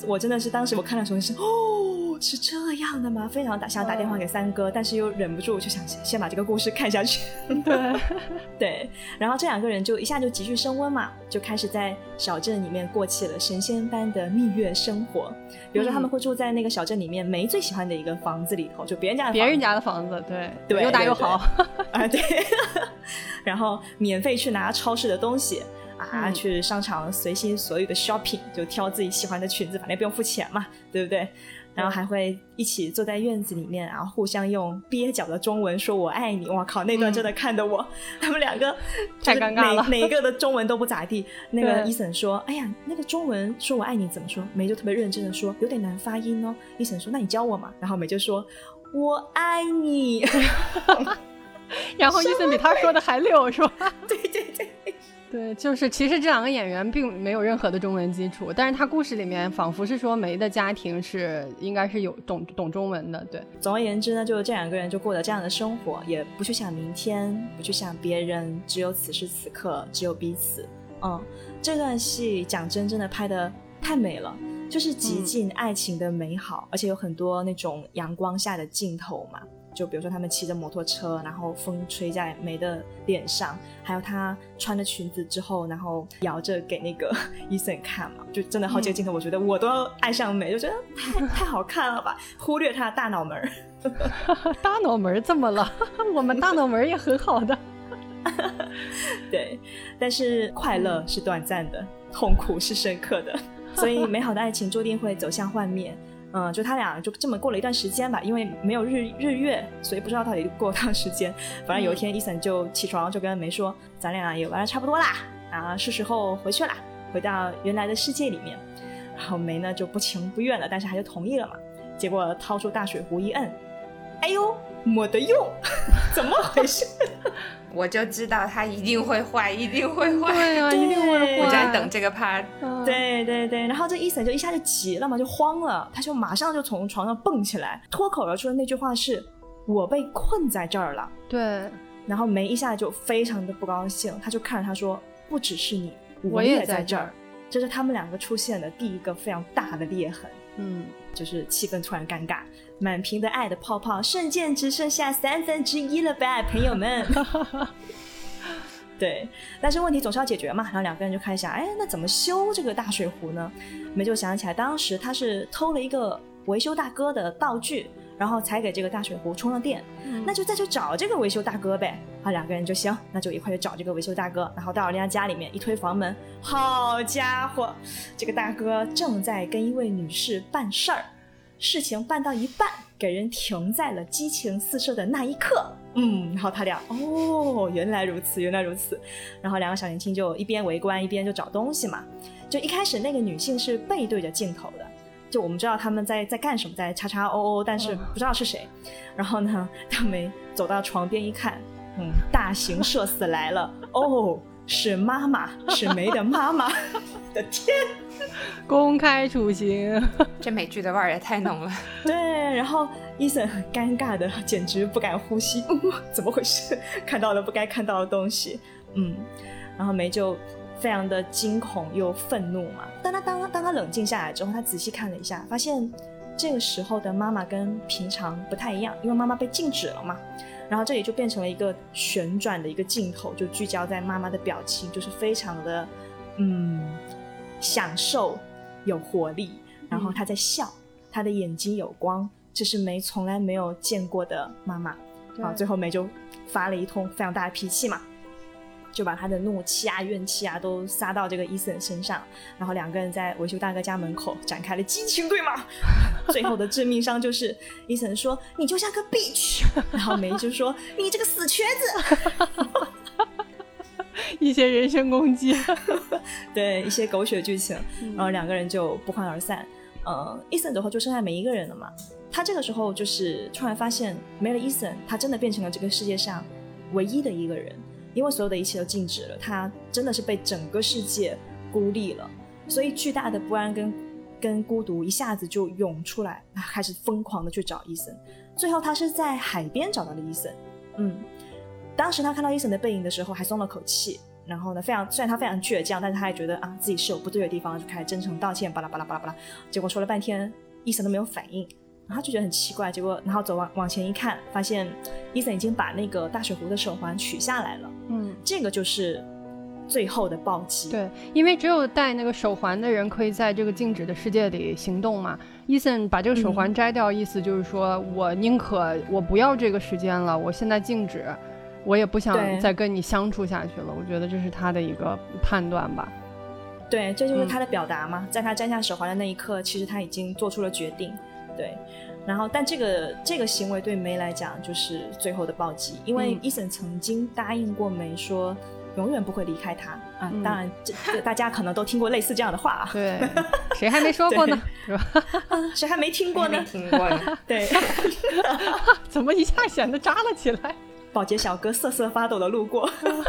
我真的是当时我看的时候是哦，是这样的吗？非常打想打电话给三哥，但是又忍不住就想先把这个故事看下去。 对对，然后这两个人就一下就急剧升温嘛，就开始在小镇里面过起了神仙般的蜜月生活。比如说他们会住在那个小镇里面梅最喜欢的一个房子里头，就别人家的房子， 别人家的房子，对对， 又大又好啊，对。然后免费去拿超市的东西啊、嗯，去商场随心所欲的 shopping， 就挑自己喜欢的裙子，反正不用付钱嘛，对不对？然后还会一起坐在院子里面，然后互相用蹩脚的中文说我爱你。哇靠，那段真的看得我、嗯、他们两个太尴尬了， 哪一个的中文都不咋地。那个伊森说哎呀，那个中文说我爱你怎么说？梅就特别认真的说有点难发音哦。伊森说那你教我嘛。然后梅就说我爱你。 然后伊森比他说的还溜是吧？ 对对对对，就是其实这两个演员并没有任何的中文基础，但是他故事里面仿佛是说梅的家庭是应该是有懂懂中文的。对， 总而言之呢，就这两个人就过了这样的生活，也不去想明天，不去想别人，只有此时此刻，只有彼此。嗯，这段戏讲真真的拍得太美了，就是极尽爱情的美好、嗯、而且有很多那种阳光下的镜头嘛，就比如说他们骑着摩托车，然后风吹在梅的脸上，还有她穿了裙子之后然后摇着给那个伊森看嘛，就真的好几个镜头我觉得我都要爱上梅，就觉得太太好看了吧，忽略她的大脑门。 大脑门怎么了？我们大脑门也很好的。 对，但是快乐是短暂的，痛苦是深刻的，所以美好的爱情注定会走向幻灭。嗯，就他俩就这么过了一段时间吧，因为没有日日月，所以不知道到底过了多长时间。反正有一天伊森就起床就跟梅说咱俩也玩得差不多啦，啊，是时候回去啦，回到原来的世界里面。然后梅呢就不情不愿了，但是还是同意了嘛。结果掏出大水壶一摁，哎呦没得用。怎么回事？ 我就知道他一定会坏，一定会坏。 对啊，一定会坏。 我在等这个 part。 对对对，然后这伊森就一下就急了嘛，就慌了，他就马上就从床上蹦起来，脱口而出的那句话是我被困在这儿了。 对， 然后梅一下就非常的不高兴，他就看着他说不只是你， 我也在这儿。 这是他们两个出现的第一个非常大的裂痕。 嗯， 就是气氛突然尴尬，满屏的爱的泡泡瞬间只剩下三分之一了吧，朋友们。对，但是问题总是要解决嘛，然后两个人就开始想，哎，那怎么修这个大水壶呢？梅就想起来当时他是偷了一个维修大哥的道具，然后才给这个大水壶充了电、嗯、那就再去找这个维修大哥呗。啊，两个人就行，那就一块去找这个维修大哥。然后到人家家里面一推房门，好家伙，这个大哥正在跟一位女士办事儿，事情办到一半给人停在了激情四射的那一刻。嗯，然后他俩哦，原来如此，原来如此。然后两个小年轻就一边围观一边就找东西嘛。就一开始那个女性是背对着镜头的，就我们知道他们在在干什么，在叉叉哦哦，但是不知道是谁。然后呢，大梅走到床边一看，嗯，大型社死来了哦，是妈妈，是梅的妈妈。的天， 公开处刑， 这美剧的味儿也太浓了。 对，然后伊森很尴尬的简直不敢呼吸、嗯、怎么回事，看到了不该看到的东西。嗯，然后梅就非常的惊恐又愤怒嘛。当他当当他冷静下来之后，他仔细看了一下，发现这个时候的妈妈跟平常不太一样，因为妈妈被禁止了嘛。然后这里就变成了一个旋转的一个镜头，就聚焦在妈妈的表情，就是非常的嗯享受有活力，然后她在笑、嗯、她的眼睛有光，这是梅从来没有见过的妈妈。然后最后梅就发了一通非常大的脾气嘛，就把她的怒气啊怨气啊都撒到这个伊森身上，然后两个人在维修大哥家门口展开了激情对骂。最后的致命伤就是伊森说你就像个 bitch， 然后梅就说你这个死瘸子。 一些人身攻击。 对，一些狗血剧情、嗯、然后两个人就不欢而散。呃，伊森之后就剩下梅一个人了嘛，他这个时候就是突然发现没了伊森，他真的变成了这个世界上唯一的一个人，因为所有的一切都静止了，他真的是被整个世界孤立了，所以巨大的不安跟跟孤独一下子就涌出来，他开始疯狂的去找伊森。最后他是在海边找到了伊森。嗯，当时他看到伊森的背影的时候还松了口气， 然后呢，非常虽然他非常倔强，但是他也觉得啊自己是有不对的地方，就开始真诚道歉，巴拉巴拉巴拉巴拉。结果说了半天，伊森都没有反应，然后他就觉得很奇怪。结果然后走往往前一看，发现伊森已经把那个大水壶的手环取下来了。嗯，这个就是最后的暴击。 对，因为只有戴那个手环的人可以在这个静止的世界里行动嘛。伊森把这个手环摘掉，意思就是说、嗯、我宁可我不要这个时间了，我现在静止，我也不想再跟你相处下去了。我觉得这是他的一个判断吧。 对，这就是他的表达嘛、嗯、在他摘下手环的那一刻，其实他已经做出了决定。对，然后但这个这个行为对梅来讲就是最后的暴击，因为伊森曾经答应过梅说永远不会离开他啊、嗯！当然这，这大家可能都听过类似这样的话啊。 对，谁还没说过呢？是吧？ 啊，谁还没听过呢？ 没听过呢。 对， 怎么一下显得扎了起来？ 保洁小哥瑟瑟发抖的路过。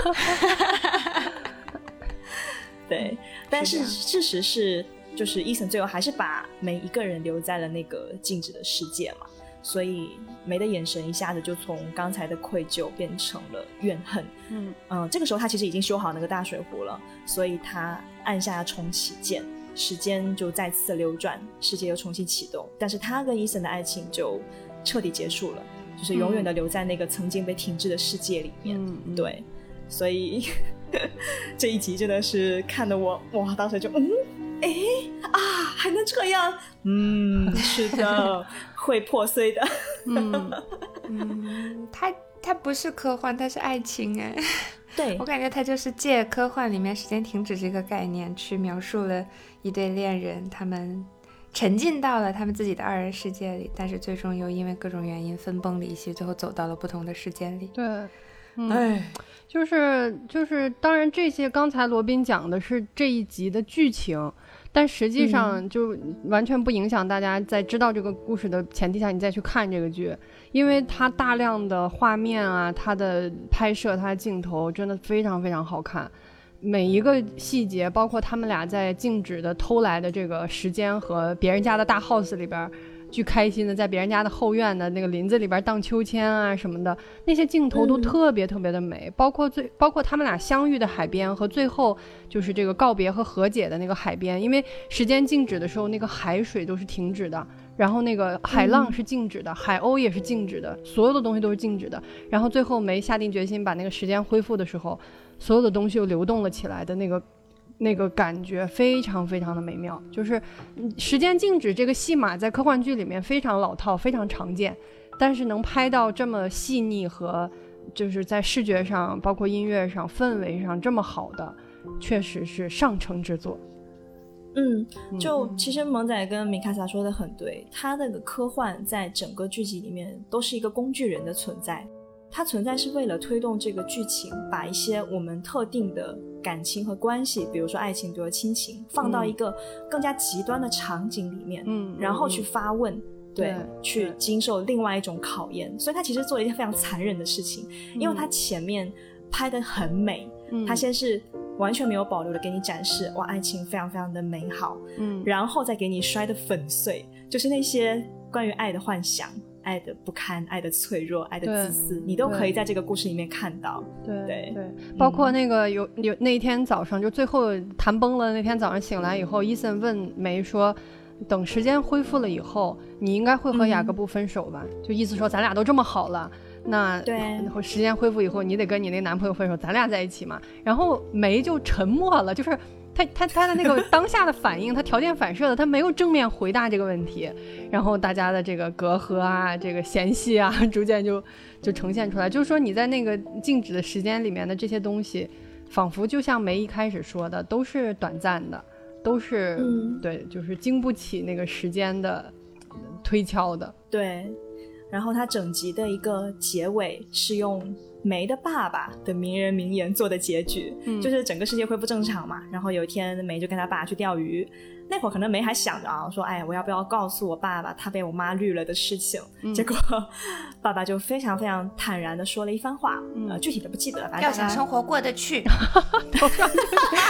对，但是事实是，就是伊森最后还是把梅一个人留在了那个静止的世界嘛。所以梅的眼神一下子就从刚才的愧疚变成了怨恨。嗯嗯，这个时候他其实已经修好那个大水壶了，所以他按下重启键，时间就再次流转，世界又重新启动。但是他跟伊森的爱情就彻底结束了，就是永远的留在那个曾经被停滞的世界里面。嗯、对，所以这一集真的是看得我哇，当时就嗯。哎啊，还能这样？嗯，是的，会破碎的。 嗯嗯，它它不是科幻，它是爱情哎。 对， 我感觉它就是借科幻里面时间停止这个概念，去描述了一对恋人，他们沉浸到了他们自己的二人世界里，但是最终又因为各种原因分崩离析，最后走到了不同的世界里。 对。嗯、哎，就是就是，当然这些刚才罗宾讲的是这一集的剧情，但实际上就完全不影响大家在知道这个故事的前提下，你再去看这个剧，因为它大量的画面啊，它的拍摄，它的镜头真的非常非常好看，每一个细节，包括他们俩在静止的偷来的这个时间和别人家的大 house 里边。巨开心的在别人家的后院的那个林子里边荡秋千啊什么的，那些镜头都特别特别的美、嗯、包括最包括他们俩相遇的海边和最后就是这个告别和和解的那个海边，因为时间静止的时候那个海水都是停止的，然后那个海浪是静止的、嗯、海鸥也是静止的，所有的东西都是静止的，然后最后梅下定决心把那个时间恢复的时候，所有的东西又流动了起来的那个那个感觉非常非常的美妙。就是时间静止这个戏码在科幻剧里面非常老套非常常见，但是能拍到这么细腻和就是在视觉上包括音乐上氛围上这么好的，确实是上乘之作。 嗯，就其实萌仔跟米卡萨说的很对，他那个科幻在整个剧集里面都是一个工具人的存在，它存在是为了推动这个剧情，把一些我们特定的感情和关系，比如说爱情比如说亲情，放到一个更加极端的场景里面，嗯，然后去发问，对，对，去经受另外一种考验。所以他其实做了一件非常残忍的事情，嗯，因为他前面拍得很美，嗯，他先是完全没有保留的给你展示哇爱情非常非常的美好，嗯，然后再给你摔得粉碎，就是那些关于爱的幻想，爱的不堪，爱的脆弱，爱的自私，你都可以在这个故事里面看到。对对对， 包括那个有有那一天早上，就最后谈崩了那天早上醒来以后，伊森问梅说等时间恢复了以后你应该会和雅各布分手吧，嗯，就意思说咱俩都这么好了，那对时间恢复以后你得跟你那男朋友分手，咱俩在一起嘛。然后梅就沉默了，就是他他他的那个当下的反应他条件反射的，他没有正面回答这个问题，然后大家的这个隔阂啊这个嫌隙啊逐渐就就呈现出来。就是说你在那个静止的时间里面的这些东西仿佛就像梅一开始说的都是短暂的，都是，嗯，对，就是经不起那个时间的推敲的。 对，然后他整集的一个结尾是用梅的爸爸的名人名言做的结局，嗯，就是整个世界恢复正常嘛，然后有一天梅就跟他爸去钓鱼，那会儿可能梅还想着啊，说哎，我要不要告诉我爸爸他被我妈绿了的事情，嗯，结果爸爸就非常非常坦然的说了一番话，嗯，呃，具体的不记得了，反正要想生活过得去头上就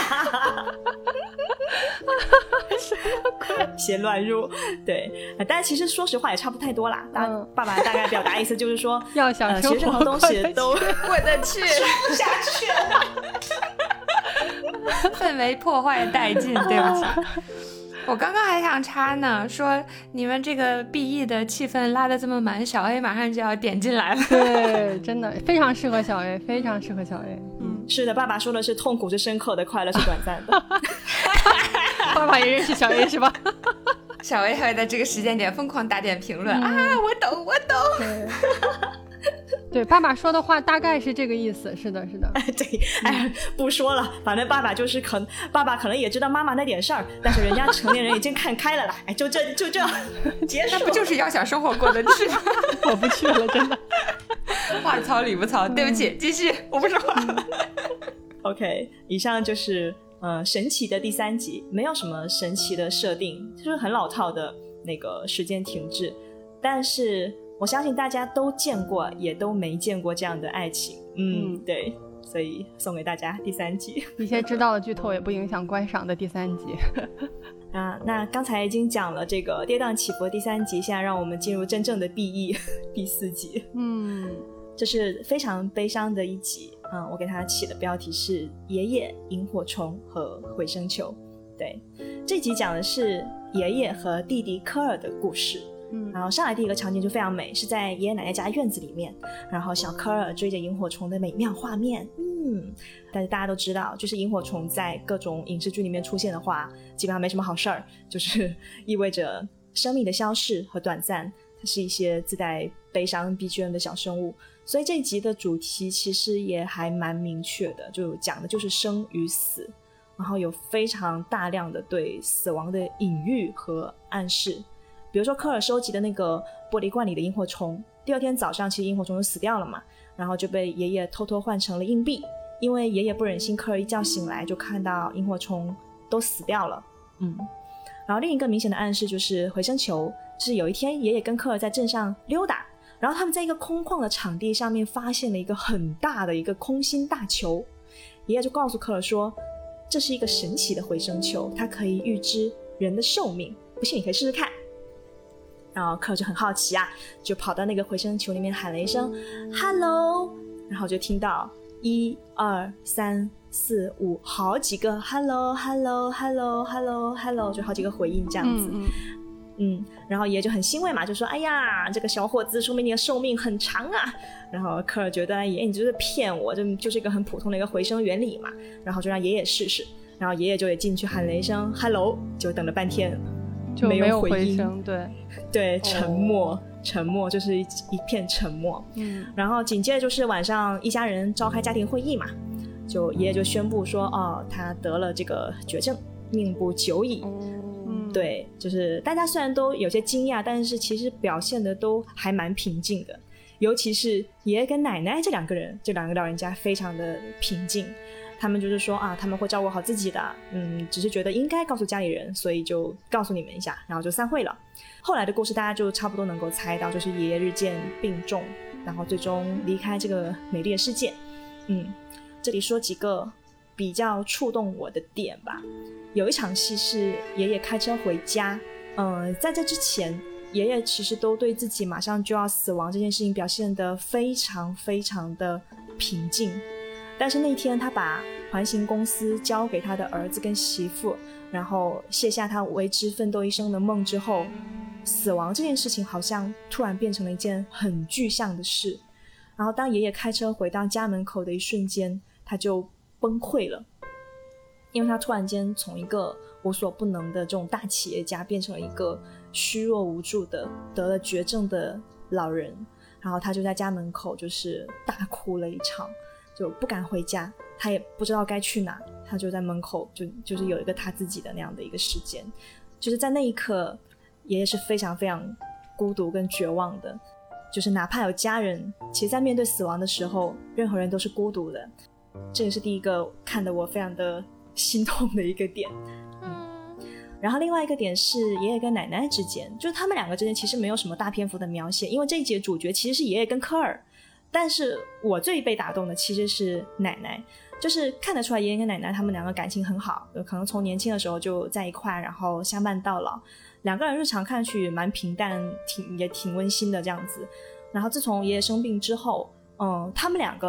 什么鬼先乱入，对，但其实说实话也差不太多啦，嗯，爸爸大概表达意思就是说要想生活呃、其实任何东西都过得去说不下去了氛围破坏殆尽，对不起。我刚刚还想插呢，说你们这个 B E 的气氛拉得这么满，小 A 马上就要点进来了。 对，真的非常适合小 A， 非常适合小 A。 嗯，是的，爸爸说的是痛苦是深刻的，快乐是短暂的。 爸爸也认识小 A 是吧？ 小 A 还会在这个时间点疯狂打点评论、嗯、啊，我懂我懂。 对对，爸爸说的话大概是这个意思，是的是的。 对，哎，不说了，反正爸爸就是可能爸爸可能也知道妈妈那点事儿，但是人家成年人已经看开了啦。哎，就这就这结束。 那不就是要想生活过得去吗？ 我不去了，真的。 话糙理不糙，对不起，继续，我不说话了。 OK， 以上就是呃神奇的第三集，没有什么神奇的设定，就是很老套的那个时间停滞，但是我相信大家都见过也都没见过这样的爱情。 嗯, 嗯对，所以送给大家第三集， 一些知道的剧透也不影响观赏的第三集。 啊，那刚才已经讲了这个跌宕起伏的第三集，现在让我们进入真正的 B E 第四集。 嗯， 这是非常悲伤的一集。嗯，我给它起的标题是爷爷、萤火虫和回声球。对，这集讲的是爷爷和弟弟科尔的故事。嗯，然后上来第一个场景就非常美，是在爷爷奶奶家院子里面，然后小科尔追着萤火虫的美妙画面。嗯，但是大家都知道，就是萤火虫在各种影视剧里面出现的话，基本上没什么好事儿，就是意味着生命的消逝和短暂，它是一些自带悲伤 B G M 的小生物。所以这一集的主题其实也还蛮明确的，就讲的就是生与死，然后有非常大量的对死亡的隐喻和暗示。比如说科尔收集的那个玻璃罐里的萤火虫，第二天早上其实萤火虫就死掉了嘛，然后就被爷爷偷偷换成了硬币，因为爷爷不忍心科尔一觉醒来就看到萤火虫都死掉了。嗯，然后另一个明显的暗示就是回声球，就是有一天爷爷跟科尔在镇上溜达，然后他们在一个空旷的场地上面发现了一个很大的一个空心大球，爷爷就告诉科尔说这是一个神奇的回声球，它可以预知人的寿命，不信你可以试试看。然后科尔就很好奇啊，就跑到那个回声球里面喊了一声 Hello， 然后就听到一二三四五好几个 Hello Hello Hello Hello Hello， 就好几个回应这样子。嗯, 嗯然后爷爷就很欣慰嘛，就说哎呀这个小伙子说明你的寿命很长啊。然后科尔觉得爷爷你就是骗我，这就是一个很普通的一个回声原理嘛，然后就让爷爷试试，然后爷爷就也进去喊了一声 Hello， 就等了半天就没有回音， 声，对对，沉默、哦、沉默，就是 一, 一片沉默。嗯，然后紧接着就是晚上一家人召开家庭会议嘛，就爷爷就宣布说哦他得了这个绝症，命不久矣。嗯，对，就是大家虽然都有些惊讶，但是其实表现的都还蛮平静的，尤其是爷爷跟奶奶这两个人，这两个老人家非常的平静，他们就是说啊他们会照顾好自己的，嗯，只是觉得应该告诉家里人，所以就告诉你们一下，然后就散会了。后来的故事大家就差不多能够猜到，就是爷爷日渐病重，然后最终离开这个美丽的世界。嗯，这里说几个比较触动我的点吧。有一场戏是爷爷开车回家，嗯，在这之前爷爷其实都对自己马上就要死亡这件事情表现得非常非常的平静，但是那天他把环形公司交给他的儿子跟媳妇，然后卸下他为之奋斗一生的梦之后，死亡这件事情好像突然变成了一件很具象的事。然后当爷爷开车回到家门口的一瞬间，他就崩溃了，因为他突然间从一个无所不能的这种大企业家变成了一个虚弱无助的得了绝症的老人，然后他就在家门口就是大哭了一场，就不敢回家，他也不知道该去哪，他就在门口就就是有一个他自己的那样的一个时间。就是在那一刻爷爷是非常非常孤独跟绝望的，就是哪怕有家人，其实在面对死亡的时候任何人都是孤独的，这也是第一个看得我非常的心痛的一个点。嗯，然后另外一个点是爷爷跟奶奶之间，就是他们两个之间其实没有什么大篇幅的描写，因为这一集的主角其实是爷爷跟科尔，但是我最被打动的其实是奶奶，就是看得出来爷爷跟奶奶他们两个感情很好，可能从年轻的时候就在一块，然后相伴到老，两个人日常看去蛮平淡，挺也挺温馨的这样子。然后自从爷爷生病之后，嗯，他们两个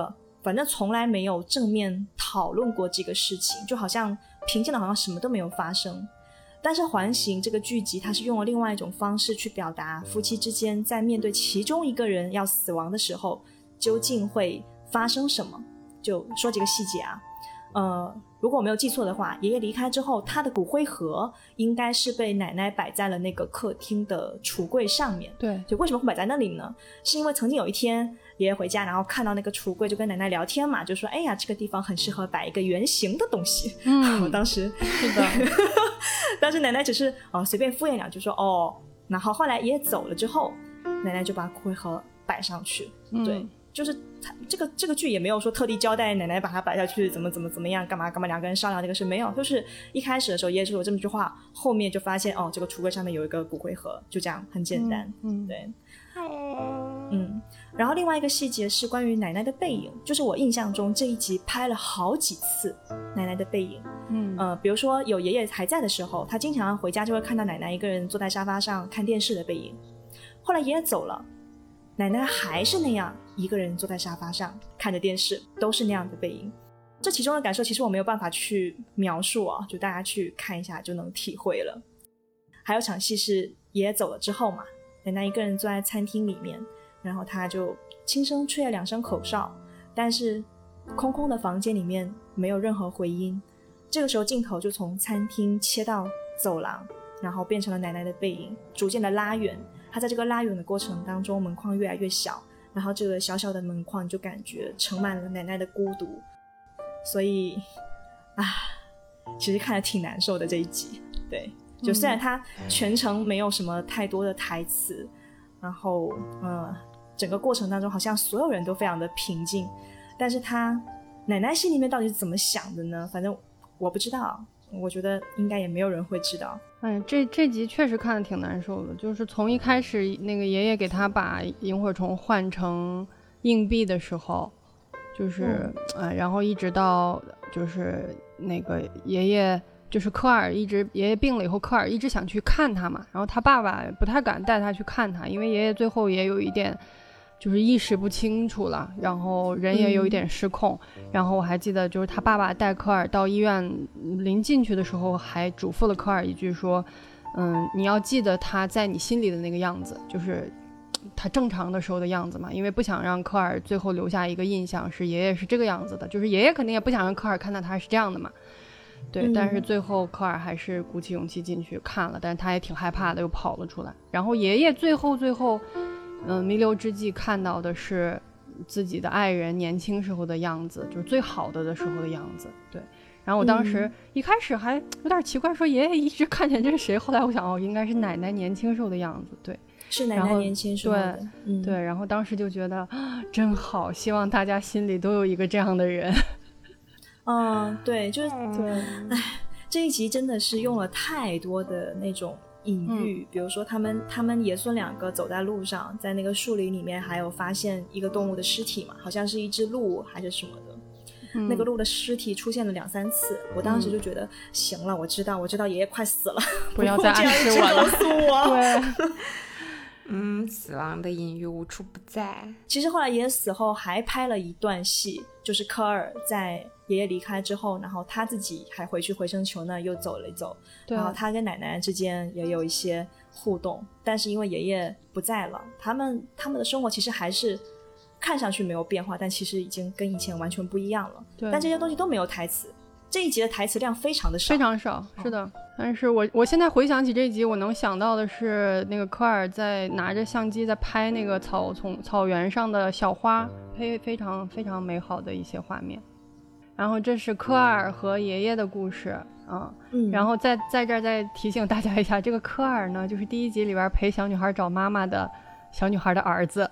反正从来没有正面讨论过这个事情，就好像平静的好像什么都没有发生。但是环形这个剧集它是用了另外一种方式去表达夫妻之间在面对其中一个人要死亡的时候究竟会发生什么。就说几个细节啊，呃，如果我没有记错的话，爷爷离开之后他的骨灰盒应该是被奶奶摆在了那个客厅的橱柜上面。 对， 就为什么会摆在那里呢？是因为曾经有一天爷爷回家，然后看到那个橱柜就跟奶奶聊天嘛，就说哎呀这个地方很适合摆一个圆形的东西。嗯，我当时是的当时奶奶只是哦随便敷衍两句说哦，然后后来爷爷走了之后，奶奶就把骨灰盒摆上去。嗯、对，就是他这个这个剧也没有说特地交代奶奶把它摆下去怎么怎么怎么样干嘛干嘛，两个人商量这个事没有，就是一开始的时候爷爷说有这么一句话，后面就发现哦这个橱柜上面有一个骨灰盒，就这样很简单。嗯，嗯对，嗯，然后另外一个细节是关于奶奶的背影，就是我印象中这一集拍了好几次奶奶的背影。嗯，呃，比如说有爷爷还在的时候，他经常回家就会看到奶奶一个人坐在沙发上看电视的背影。后来爷爷走了，奶奶还是那样一个人坐在沙发上看着电视，都是那样的背影。这其中的感受其实我没有办法去描述啊，就大家去看一下就能体会了。还有场戏是爷爷走了之后嘛，奶奶一个人坐在餐厅里面，然后他就轻声吹了两声口哨，但是空空的房间里面没有任何回音。这个时候镜头就从餐厅切到走廊，然后变成了奶奶的背影，逐渐的拉远。他在这个拉远的过程当中，门框越来越小，然后这个小小的门框就感觉盛满了奶奶的孤独。所以啊，其实看得挺难受的这一集。对，就虽然他全程没有什么太多的台词，然后呃，整个过程当中好像所有人都非常的平静，但是他奶奶心里面到底是怎么想的呢？反正我不知道，我觉得应该也没有人会知道。 哎，这这集确实看得挺难受的，就是从一开始那个爷爷给他把萤火虫换成硬币的时候，就是、嗯呃、然后一直到就是那个爷爷就是科尔一直爷爷病了以后，科尔一直想去看他嘛，然后他爸爸不太敢带他去看他，因为爷爷最后也有一点就是意识不清楚了，然后人也有一点失控、嗯、然后我还记得就是他爸爸带科尔到医院，临进去的时候还嘱咐了科尔一句说嗯，你要记得他在你心里的那个样子，就是他正常的时候的样子嘛，因为不想让科尔最后留下一个印象是爷爷是这个样子的，就是爷爷肯定也不想让科尔看到他是这样的嘛。对、嗯、但是最后科尔还是鼓起勇气进去看了，但是他也挺害怕的，又跑了出来。然后爷爷最后最后嗯，弥留之际看到的是自己的爱人年轻时候的样子，就是最好的的时候的样子。对，然后我当时一开始还有点奇怪，说爷爷一直看见这是谁，后来我想哦，应该是奶奶年轻时候的样子。对， 是奶奶年轻时候的。 对、嗯、对，然后当时就觉得啊，真好，希望大家心里都有一个这样的人。 嗯，对，就是对，哎，这一集真的是用了太多的那种隐喻、嗯、比如说他们他们爷孙两个走在路上，在那个树林里面还有发现一个动物的尸体嘛，好像是一只鹿还是什么的、嗯、那个鹿的尸体出现了两三次，我当时就觉得、嗯、行了，我知道我知道爷爷快死了， 不要再暗示我了， 告诉我对嗯，死亡的隐喻无处不在。 其实后来爷爷死后还拍了一段戏，就是科尔在爷爷离开之后，然后他自己还回去回声球那又走了一走，然后他跟奶奶之间也有一些互动，但是因为爷爷不在了，他们他们的生活其实还是看上去没有变化，但其实已经跟以前完全不一样了。对，但这些东西都没有台词，这一集的台词量非常的少， 非常少，是的、哦、但是我我现在回想起这一集，我能想到的是那个科尔在拿着相机在拍那个草丛草原上的小花，非非常非常美好的一些画面。然后这是科尔和爷爷的故事啊、嗯，然后在在这儿再提醒大家一下，这个科尔呢，就是第一集里边陪小女孩找妈妈的小女孩的儿子。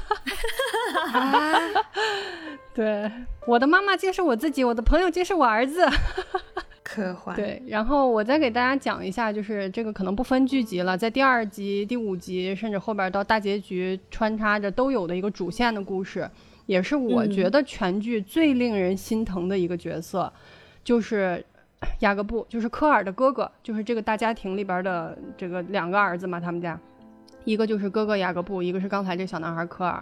啊、对，我的妈妈竟是我自己，我的朋友竟是我儿子。 科幻。 对，然后我再给大家讲一下，就是这个可能不分剧集了，在第二集、第五集，甚至后边到大结局穿插着都有的一个主线的故事。也是我觉得全剧最令人心疼的一个角色、嗯、就是雅各布，就是科尔的哥哥，就是这个大家庭里边的这个两个儿子嘛，他们家一个就是哥哥雅各布，一个是刚才这小男孩科尔。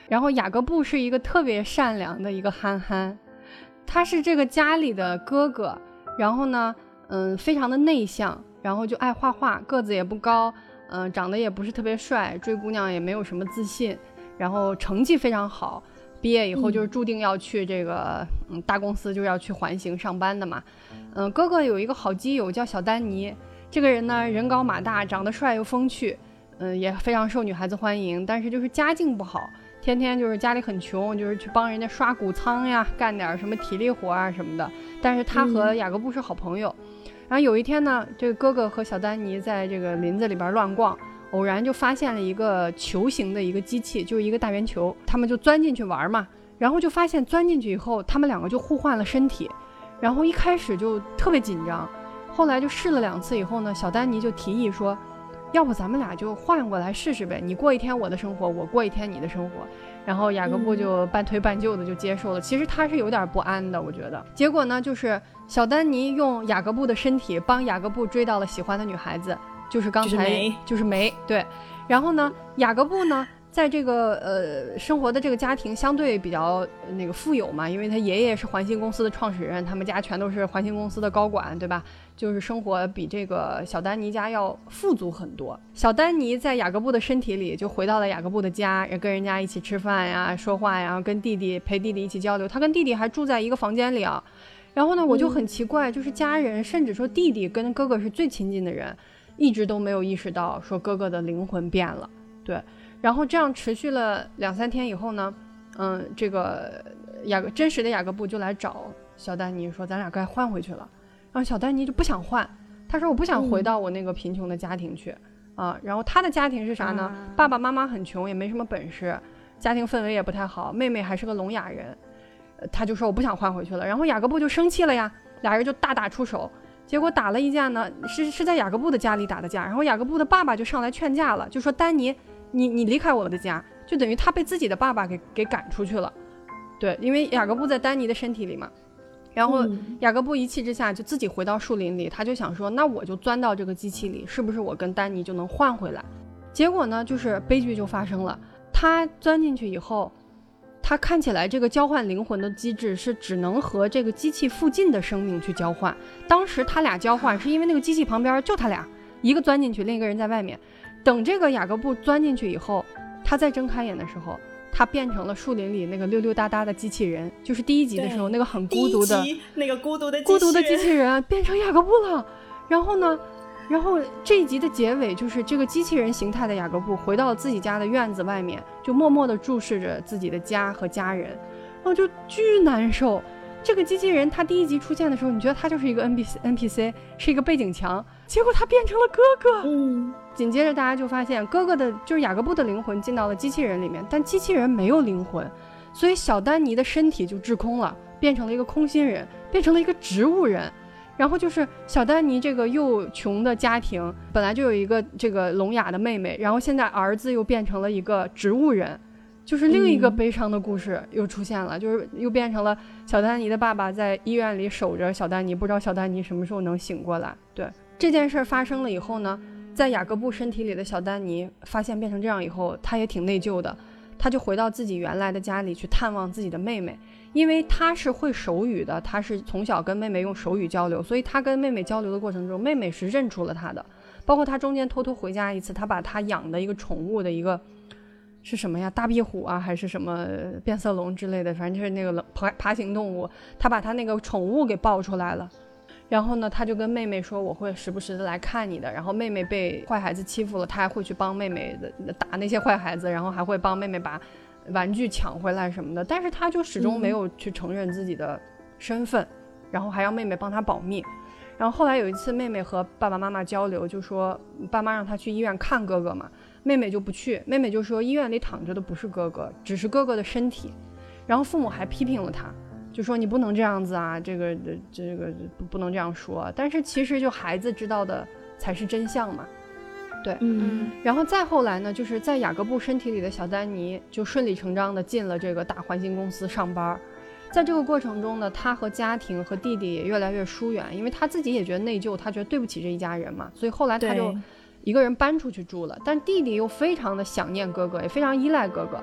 然后雅各布是一个特别善良的一个憨憨，他是这个家里的哥哥，然后呢嗯，非常的内向，然后就爱画画，个子也不高，嗯，长得也不是特别帅，追姑娘也没有什么自信，然后成绩非常好，毕业以后就是注定要去这个嗯大公司，就是要去环形上班的嘛。嗯，哥哥有一个好基友叫小丹尼，这个人呢人高马大，长得帅又风趣，嗯，也非常受女孩子欢迎，但是就是家境不好，天天就是家里很穷，就是去帮人家刷谷仓呀，干点什么体力活啊什么的。但是他和雅各布是好朋友。嗯，然后有一天呢，这个哥哥和小丹尼在这个林子里边乱逛，偶然就发现了一个球形的一个机器，就是一个大圆球，他们就钻进去玩嘛，然后就发现钻进去以后，他们两个就互换了身体，然后一开始就特别紧张，后来就试了两次以后呢，小丹尼就提议说，要不咱们俩就换过来试试呗，你过一天我的生活，我过一天你的生活。然后雅各布就半推半就的就接受了，嗯，其实他是有点不安的，我觉得。结果呢，就是小丹尼用雅各布的身体帮雅各布追到了喜欢的女孩子，就是刚才就是梅，对。然后呢，雅各布呢，在这个呃生活的这个家庭相对比较那个富有嘛，因为他爷爷是环形公司的创始人，他们家全都是环形公司的高管，对吧？就是生活比这个小丹尼家要富足很多。小丹尼在雅各布的身体里就回到了雅各布的家，也跟人家一起吃饭呀、说话呀，跟弟弟陪弟弟一起交流。他跟弟弟还住在一个房间里啊。然后呢，我就很奇怪，就是家人甚至说弟弟跟哥哥是最亲近的人，一直都没有意识到说哥哥的灵魂变了。对，然后这样持续了两三天以后呢，嗯，这个雅各真实的雅各布就来找小丹尼说，咱俩该换回去了。然后小丹尼就不想换，他说我不想回到我那个贫穷的家庭去，嗯，啊。然后他的家庭是啥呢？嗯，爸爸妈妈很穷，也没什么本事，家庭氛围也不太好，妹妹还是个聋哑人，呃，他就说我不想换回去了。然后雅各布就生气了呀，俩人就大打出手。结果打了一架呢，是是在雅各布的家里打的架。然后雅各布的爸爸就上来劝架了，就说丹尼，你你离开我的家，就等于他被自己的爸爸给给赶出去了。对，因为雅各布在丹尼的身体里嘛。然后雅各布一气之下就自己回到树林里，他就想说，那我就钻到这个机器里，是不是我跟丹尼就能换回来？结果呢，就是悲剧就发生了。他钻进去以后，他看起来这个交换灵魂的机制是只能和这个机器附近的生命去交换。当时他俩交换是因为那个机器旁边就他俩，一个钻进去，另一个人在外面。等这个雅各布钻进去以后，他再睁开眼的时候，他变成了树林里那个溜溜达达的机器人，就是第一集的时候那个很孤独的那个孤独的孤独的机器人变成雅各布了。然后呢，然后这一集的结尾就是这个机器人形态的雅各布回到了自己家的院子外面，就默默地注视着自己的家和家人，然后就巨难受。这个机器人他第一集出现的时候，你觉得他就是一个 N P C N P C， 是一个背景墙，结果他变成了哥哥。嗯，紧接着大家就发现哥哥的就是雅各布的灵魂进到了机器人里面，但机器人没有灵魂，所以小丹尼的身体就滞空了，变成了一个空心人，变成了一个植物人。然后就是小丹尼这个又穷的家庭本来就有一个这个聋哑的妹妹，然后现在儿子又变成了一个植物人，就是另一个悲伤的故事又出现了，嗯，就是又变成了小丹尼的爸爸在医院里守着小丹尼，不知道小丹尼什么时候能醒过来。对，这件事发生了以后呢，在雅各布身体里的小丹尼发现变成这样以后，他也挺内疚的，他就回到自己原来的家里去探望自己的妹妹，因为他是会手语的，他是从小跟妹妹用手语交流，所以他跟妹妹交流的过程中，妹妹是认出了他的，包括他中间偷偷回家一次，他把他养的一个宠物的一个是什么呀，大壁虎啊还是什么变色龙之类的，反正就是那个爬爬行动物，他把他那个宠物给抱出来了。然后呢，他就跟妹妹说我会时不时的来看你的，然后妹妹被坏孩子欺负了，他还会去帮妹妹打那些坏孩子，然后还会帮妹妹把玩具抢回来什么的，但是他就始终没有去承认自己的身份，嗯，然后还让妹妹帮他保密。然后后来有一次妹妹和爸爸妈妈交流，就说爸妈让他去医院看哥哥嘛，妹妹就不去，妹妹就说医院里躺着的不是哥哥，只是哥哥的身体。然后父母还批评了他，就说你不能这样子啊，这个这个不不能这样说。但是其实就孩子知道的才是真相嘛。对，嗯，然后再后来呢，就是在雅各布身体里的小丹尼就顺理成章的进了这个大环形公司上班。在这个过程中呢，他和家庭和弟弟也越来越疏远，因为他自己也觉得内疚，他觉得对不起这一家人嘛，所以后来他就一个人搬出去住了。但弟弟又非常的想念哥哥，也非常依赖哥哥。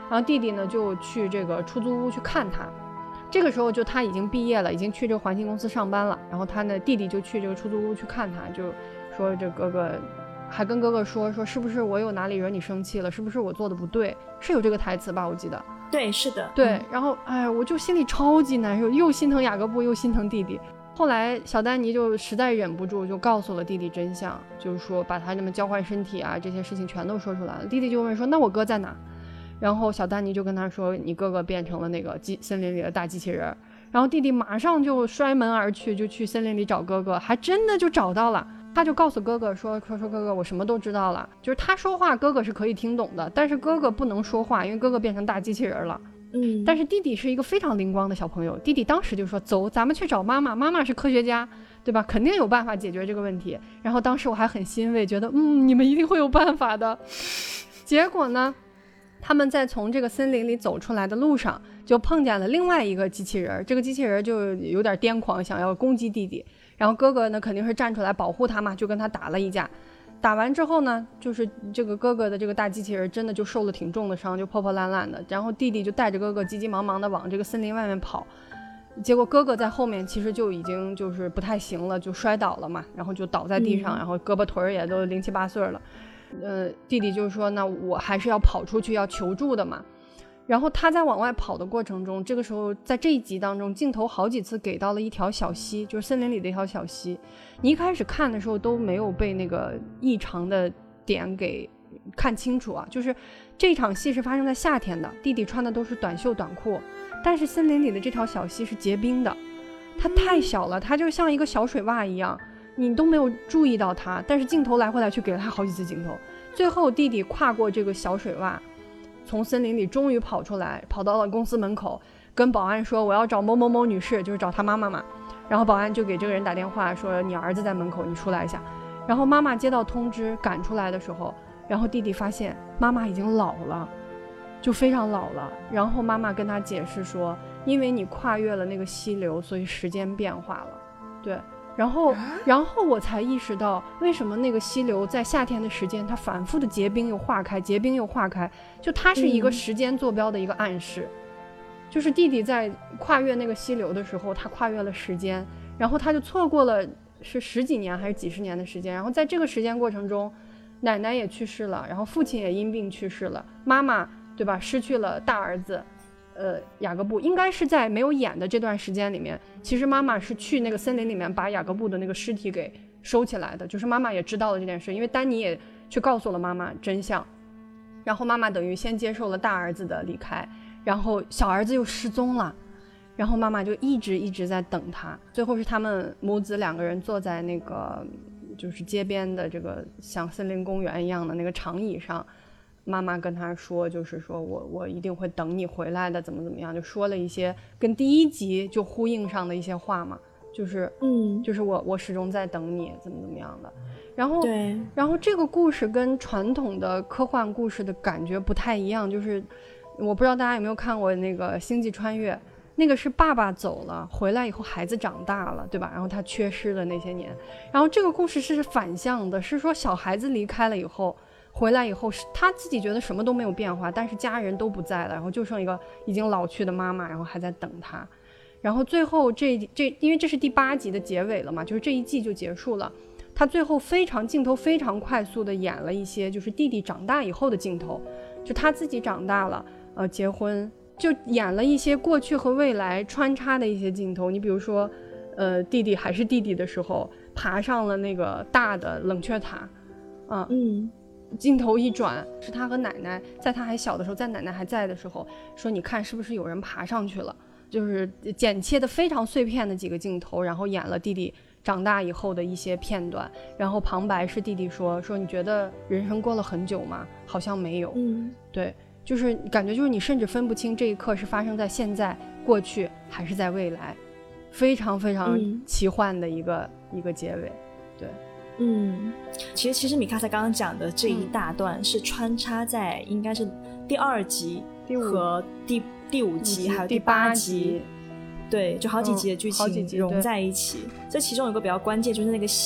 然后弟弟呢就去这个出租屋去看他。这个时候就他已经毕业了，已经去这个环境公司上班了，然后他呢弟弟就去这个出租屋去看他，就说这哥哥还跟哥哥说说是不是我有哪里惹你生气了，是不是我做的不对，是有这个台词吧，我记得。 对，是的。 对、 嗯、 然后哎，我就心里超级难受，又心疼雅各布又心疼弟弟。后来小丹尼就实在忍不住就告诉了弟弟真相，就是说把他这么交换身体啊这些事情全都说出来了。弟弟就问说那我哥在哪，然后小丹尼就跟他说你哥哥变成了那个机森林里的大机器人。然后弟弟马上就摔门而去，就去森林里找哥哥，还真的就找到了。他就告诉哥哥说说说哥哥我什么都知道了，就是他说话哥哥是可以听懂的，但是哥哥不能说话，因为哥哥变成大机器人了。 嗯， 但是弟弟是一个非常灵光的小朋友，弟弟当时就说走咱们去找妈妈，妈妈是科学家对吧，肯定有办法解决这个问题。然后当时我还很欣慰，觉得嗯你们一定会有办法的。结果呢他们在从这个森林里走出来的路上就碰见了另外一个机器人，这个机器人就有点癫狂，想要攻击弟弟，然后哥哥呢肯定是站出来保护他嘛，就跟他打了一架。打完之后呢，就是这个哥哥的这个大机器人真的就受了挺重的伤，就破破烂烂的，然后弟弟就带着哥哥急急忙忙的往这个森林外面跑，结果哥哥在后面其实就已经就是不太行了，就摔倒了嘛，然后就倒在地上、嗯、然后胳膊腿也都零七八碎了。呃，弟弟就说那我还是要跑出去要求助的嘛。然后他在往外跑的过程中，这个时候在这一集当中镜头好几次给到了一条小溪，就是森林里的一条小溪。你一开始看的时候都没有被那个异常的点给看清楚啊，就是这场戏是发生在夏天的，弟弟穿的都是短袖短裤，但是森林里的这条小溪是结冰的，它太小了，它就像一个小水洼一样，你都没有注意到它，但是镜头来回来去给了他好几次镜头。最后弟弟跨过这个小水洼，从森林里终于跑出来，跑到了公司门口，跟保安说我要找某某某女士，就是找他妈妈嘛。然后保安就给这个人打电话说你儿子在门口，你出来一下。然后妈妈接到通知赶出来的时候，然后弟弟发现妈妈已经老了，就非常老了。然后妈妈跟他解释说因为你跨越了那个溪流，所以时间变化了。对，然后然后我才意识到为什么那个溪流在夏天的时间它反复的结冰又化开，结冰又化开，就它是一个时间坐标的一个暗示、嗯、就是弟弟在跨越那个溪流的时候他跨越了时间，然后他就错过了是十几年还是几十年的时间，然后在这个时间过程中奶奶也去世了，然后父亲也因病去世了，妈妈对吧失去了大儿子呃，雅各布。应该是在没有演的这段时间里面，其实妈妈是去那个森林里面把雅各布的那个尸体给收起来的，就是妈妈也知道了这件事，因为丹尼也去告诉了妈妈真相，然后妈妈等于先接受了大儿子的离开，然后小儿子又失踪了，然后妈妈就一直一直在等他。最后是他们母子两个人坐在那个就是街边的这个像森林公园一样的那个长椅上，妈妈跟他说就是说我我一定会等你回来的，怎么怎么样，就说了一些跟第一集就呼应上的一些话嘛，就是嗯，就是我我始终在等你，怎么怎么样的。然后对，然后这个故事跟传统的科幻故事的感觉不太一样，就是我不知道大家有没有看过那个星际穿越，那个是爸爸走了回来以后孩子长大了对吧，然后他缺失了那些年，然后这个故事是反向的，是说小孩子离开了以后回来以后他自己觉得什么都没有变化，但是家人都不在了，然后就剩一个已经老去的妈妈，然后还在等他。然后最后这这因为这是第八集的结尾了嘛，就是这一季就结束了，他最后非常镜头非常快速的演了一些就是弟弟长大以后的镜头，就他自己长大了呃，结婚，就演了一些过去和未来穿插的一些镜头。你比如说呃，弟弟还是弟弟的时候爬上了那个大的冷却塔啊，嗯，镜头一转是他和奶奶在他还小的时候，在奶奶还在的时候说你看是不是有人爬上去了，就是剪切的非常碎片的几个镜头，然后演了弟弟长大以后的一些片段，然后旁白是弟弟说说你觉得人生过了很久吗？好像没有。嗯，对，就是感觉就是你甚至分不清这一刻是发生在现在过去还是在未来，非常非常奇幻的一个、嗯、一个结尾。对， 嗯，其实其实米卡萨刚刚讲的这一大段是穿插在应该是第二集和第第五集还有第八集，对，就好几集的剧情融在一起、嗯、这其中有个比较关键就是那个溪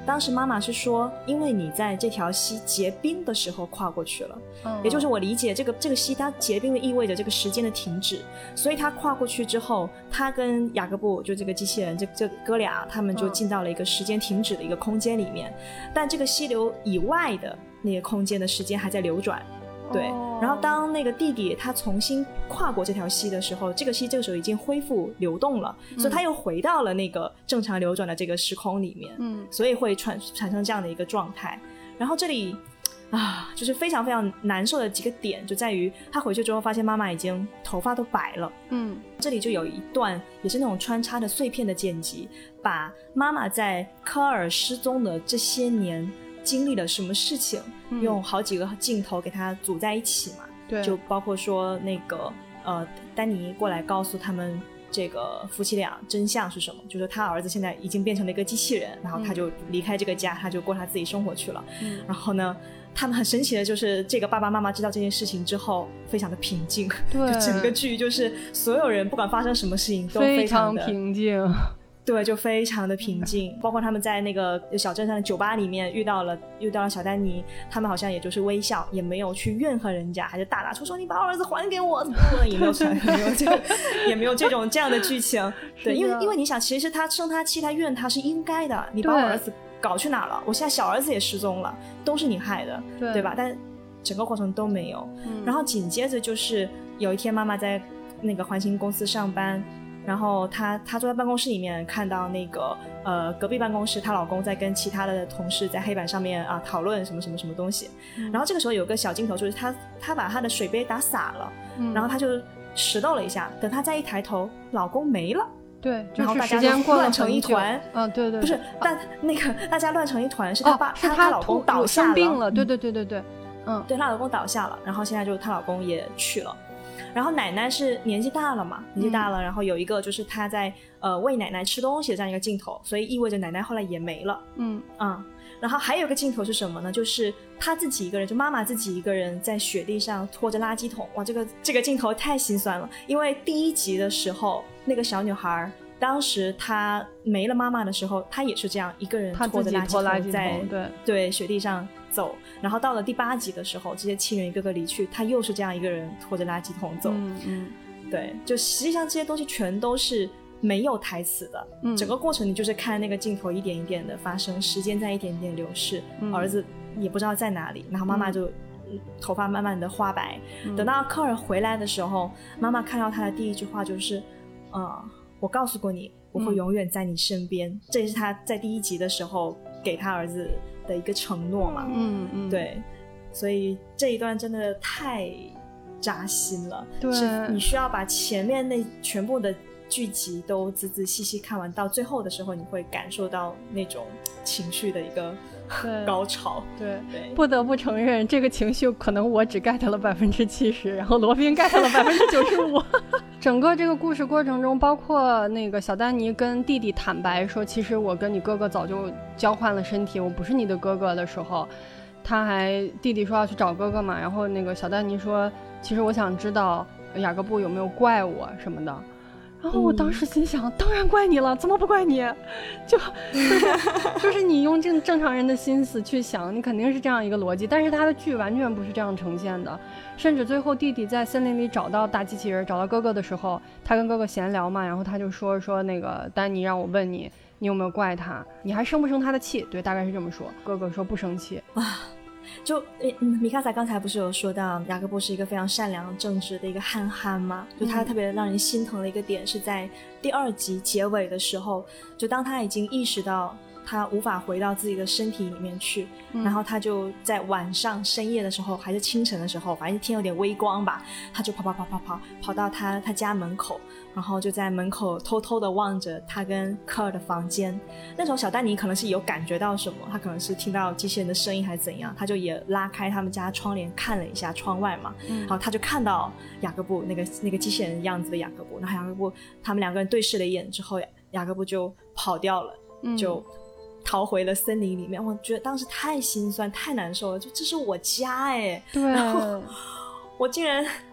当时妈妈是说因为你在这条溪结冰的时候跨过去了、 嗯、 也就是我理解这个这个溪它结冰的意味着这个时间的停止，所以他跨过去之后，他跟雅各布就这个机器人这这哥俩他们就进到了一个时间停止的一个空间里面、嗯、但这个溪流以外的那个空间的时间还在流转。对、哦、然后当那个弟弟他重新跨过这条溪的时候，这个溪这个时候已经恢复流动了、嗯、所以他又回到了那个正常流转的这个时空里面，嗯，所以会产产生这样的一个状态。然后这里啊，就是非常非常难受的几个点就在于他回去之后发现妈妈已经头发都白了，嗯，这里就有一段也是那种穿插的碎片的剪辑，把妈妈在科尔失踪的这些年经历了什么事情、嗯、用好几个镜头给他组在一起嘛，对，就包括说那个呃，丹尼过来告诉他们这个夫妻俩真相是什么，就是他儿子现在已经变成了一个机器人，然后他就离开这个家、嗯、他就过他自己生活去了、嗯、然后呢他们很神奇的就是这个爸爸妈妈知道这件事情之后非常的平静，对，就整个剧就是所有人不管发生什么事情都非常的非常平静， 对，就非常的平静、嗯、包括他们在那个小镇上的酒吧里面遇到了遇到了小丹尼，他们好像也就是微笑，也没有去怨恨人家，还是大打出说你把我儿子还给我，也没有也没有这个也没有这种这样的剧情，对，因为因为你想其实他生他气他怨他是应该的，你把我儿子搞去哪了，我现在小儿子也失踪了，都是你害的， 对, 对吧，但整个过程都没有、嗯、然后紧接着就是有一天妈妈在那个环形公司上班，然后她她坐在办公室里面看到那个呃隔壁办公室她老公在跟其他的同事在黑板上面啊讨论什么什么什么东西、嗯、然后这个时候有个小镜头就是她她把她的水杯打洒了、嗯、然后她就拾掇了一下，等她再一抬头老公没了， 对， 然后大家就乱成一团， 嗯、哦，对对， 不是，但、啊、那个大家乱成一团是她爸， 哦、是她老公倒下了， 生病了，对对对对对，嗯， 对，她老公倒下了，然后现在就她老公也去了，然后奶奶是年纪大了嘛，年纪大了，嗯、然后有一个就是她在呃喂奶奶吃东西的这样一个镜头，所以意味着奶奶后来也没了，嗯啊、嗯，然后还有一个镜头是什么呢？就是她自己一个人，就妈妈自己一个人在雪地上拖着垃圾桶，哇，这个这个镜头太心酸了，因为第一集的时候那个小女孩。当时她没了妈妈的时候，她也是这样一个人拖着垃圾桶在对对雪地上走，然后到了第八集的时候，这些亲人一个个离去，她又是这样一个人拖着垃圾桶走，嗯嗯，对，就实际上这些东西全都是没有台词的、嗯、整个过程你就是看那个镜头一点一点的发生，时间在一点点流逝、嗯、儿子也不知道在哪里，然后妈妈就、嗯、头发慢慢的花白、嗯、等到科尔回来的时候，妈妈看到他的第一句话就是呃我告诉过你我会永远在你身边、嗯、这也是他在第一集的时候给他儿子的一个承诺嘛，嗯嗯，对，所以这一段真的太扎心了，对，是你需要把前面那全部的剧集都仔仔细细看完，到最后的时候你会感受到那种情绪的一个高潮， 对, 对， 不得不承认这个情绪可能我只 get 了百分之七十，然后罗宾 get 了百分之九十五。整个这个故事过程中，包括那个小丹尼跟弟弟坦白说其实我跟你哥哥早就交换了身体，我不是你的哥哥的时候，他还弟弟说要去找哥哥嘛，然后那个小丹尼说其实我想知道雅各布有没有怪我什么的，然后我当时心想、嗯、当然怪你了，怎么不怪你，就就是就是你用正正常人的心思去想，你肯定是这样一个逻辑，但是他的剧完全不是这样呈现的，甚至最后弟弟在森林里找到大机器人找到哥哥的时候，他跟哥哥闲聊嘛，然后他就说说那个丹尼让我问你你有没有怪他，你还生不生他的气，对，大概是这么说，哥哥说不生气啊。就嗯，米卡萨刚才不是有说到雅各布是一个非常善良正直的一个憨憨吗？就他特别让人心疼的一个点是在第二集结尾的时候，就当他已经意识到他无法回到自己的身体里面去、嗯、然后他就在晚上深夜的时候还是清晨的时候，反正天有点微光吧，他就跑跑跑跑跑跑到他他家门口，然后就在门口偷偷的望着他跟科尔的房间。那时候小丹尼可能是有感觉到什么，他可能是听到机器人的声音还是怎样，他就也拉开他们家窗帘看了一下窗外嘛、嗯、然后他就看到雅各布那个那个机器人样子的雅各布，然后雅各布他们两个人对视了一眼之后，雅各布就跑掉了、嗯、就逃回了森林里面。我觉得当时太心酸太难受了，就这是我家哎，对，然后我竟然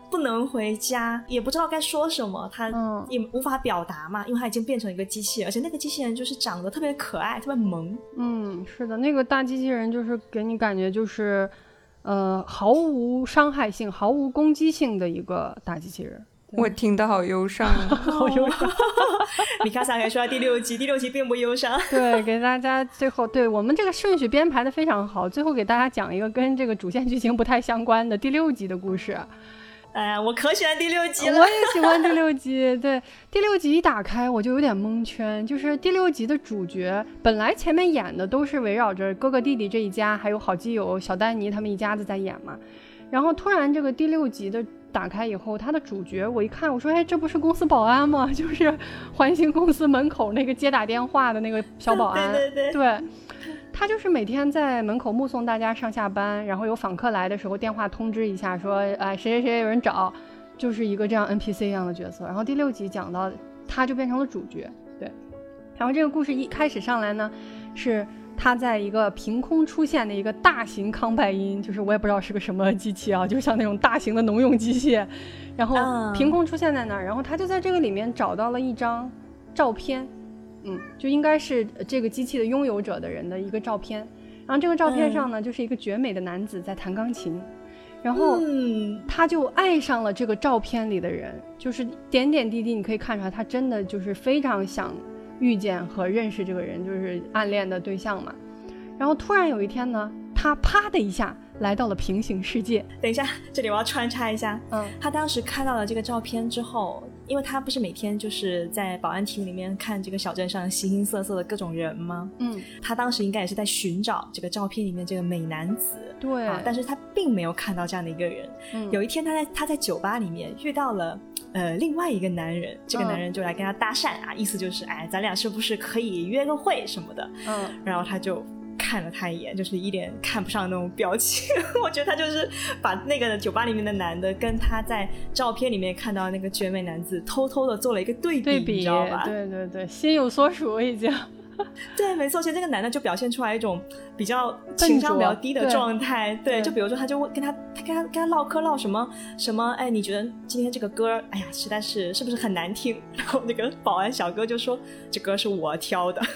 不能回家，也不知道该说什么，他也无法表达嘛，因为他已经变成一个机器人，而且那个机器人就是长得特别可爱，特别萌。 嗯，是的，那个大机器人就是给你感觉就是呃毫无伤害性毫无攻击性的一个大机器人。 我听得好忧伤啊好忧伤米卡萨还说第六集第六集并不忧伤。 对，给大家最后对我们这个顺序编排的非常好，最后给大家讲一个跟这个主线剧情不太相关的第六集的故事。 哎呀，我可喜欢第六集了。 我也喜欢第六集。对，第六集一打开我就有点蒙圈，就是第六集的主角本来前面演的都是围绕着哥哥弟弟这一家还有好基友小丹尼他们一家子在演嘛，然后突然这个第六集的打开以后，他的主角我一看我说哎，这不是公司保安吗？就是环形公司门口那个接打电话的那个小保安。 对对对对，他就是每天在门口目送大家上下班，然后有访客来的时候电话通知一下说哎谁谁谁有人找，就是一个这样 N P C 一样的角色。然后第六集讲到他就变成了主角。对，然后这个故事一开始上来呢是他在一个凭空出现的一个大型康拜因，就是我也不知道是个什么机器啊，就像那种大型的农用机械，然后凭空出现在那儿，然后他就在这个里面找到了一张照片，嗯，就应该是这个机器的拥有者的人的一个照片，然后这个照片上呢、嗯、就是一个绝美的男子在弹钢琴，然后他就爱上了这个照片里的人，就是点点滴滴你可以看出来他真的就是非常想遇见和认识这个人，就是暗恋的对象嘛。然后突然有一天呢，他啪的一下来到了平行世界。 等一下，这里我要穿插一下， 嗯， 他当时看到了这个照片之后，因为他不是每天就是在保安厅里面看这个小镇上形形色色的各种人吗？ 嗯， 他当时应该也是在寻找这个照片里面这个美男子， 对、 啊，但是他并没有看到这样的一个人。 嗯、 有一天他在他在酒吧里面遇到了呃另外一个男人，这个男人就来跟他搭讪啊，嗯、意思就是哎咱俩是不是可以约个会什么的。 嗯， 然后他就看了他一眼，就是一脸看不上那种表情我觉得他就是把那个酒吧里面的男的跟他在照片里面看到那个绝美男子偷偷的做了一个对比， 对比你知道吧？ 对对对，心有所属已经对，没错，其实这个男的就表现出来一种比较情商比较低的状态。 对, 对，就比如说他就跟他他跟他跟他唠嗑唠什么什么，哎，你觉得今天这个歌哎呀实在是是不是很难听，然后那个保安小哥就说这歌是我挑的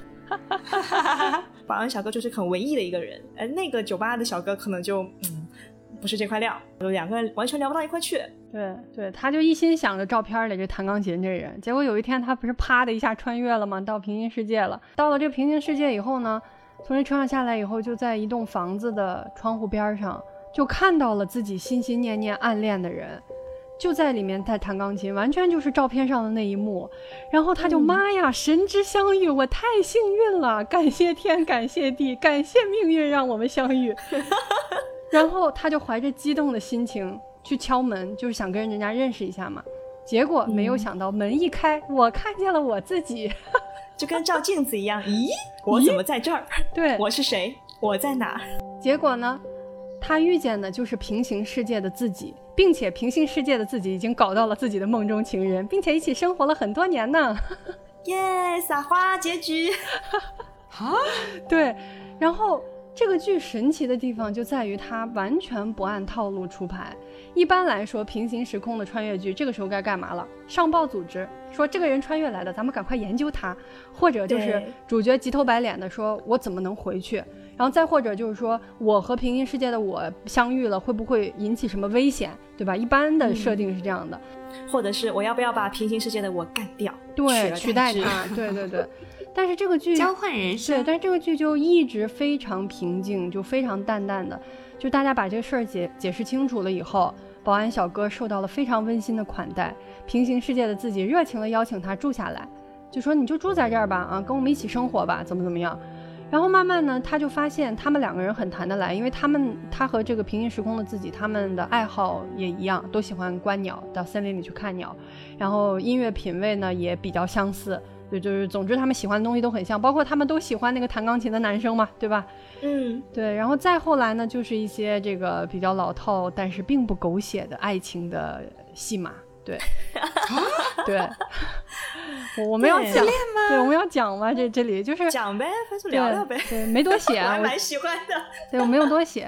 保安小哥就是很文艺的一个人，呃，那个酒吧的小哥可能就嗯不是这块料，两个人完全聊不到一块去。 对对，他就一心想着照片里这弹钢琴这人，结果有一天他不是啪的一下穿越了吗？到平行世界了。到了这个平行世界以后呢，从这车上下来以后，就在一栋房子的窗户边上就看到了自己心心念念暗恋的人，就在里面在弹钢琴，完全就是照片上的那一幕。然后他就、嗯、妈呀，神之相遇，我太幸运了，感谢天感谢地感谢命运让我们相遇然后他就怀着激动的心情去敲门，就是想跟人家认识一下嘛。结果没有想到门一开、嗯、我看见了我自己就跟照镜子一样咦我怎么在这儿？ 对， 我是谁？我在哪？ 结果呢，他遇见的就是平行世界的自己，并且平行世界的自己已经搞到了自己的梦中情人，并且一起生活了很多年呢。 耶，撒花结局啊！对，然后这个剧神奇的地方就在于它完全不按套路出牌。一般来说平行时空的穿越剧这个时候该干嘛了？上报组织说这个人穿越来的，咱们赶快研究他，或者就是主角急头白脸的说我怎么能回去，然后再或者就是说我和平行世界的我相遇了，会不会引起什么危险，对吧？一般的设定是这样的、 嗯、或者是我要不要把平行世界的我干掉， 对，取代他对对对但是这个剧交换人生， 对，但是这个剧就一直非常平静，就非常淡淡的，就大家把这个事儿解解释清楚了以后，保安小哥受到了非常温馨的款待，平行世界的自己热情的邀请他住下来，就说你就住在这儿吧，啊，跟我们一起生活吧，怎么怎么样。然后慢慢呢，他就发现他们两个人很谈得来，因为他们他和这个平行时空的自己，他们的爱好也一样，都喜欢观鸟，到森林里去看鸟，然后音乐品味呢也比较相似。对，就是总之他们喜欢的东西都很像，包括他们都喜欢那个弹钢琴的男生嘛，对吧？ 嗯，对。 然后再后来呢，就是一些这个比较老套但是并不狗血的爱情的戏码。对对我们要讲对我们要讲吗？这这里就是讲呗，反正聊聊呗。 对，没多写我还蛮喜欢的。 对，我没有多写。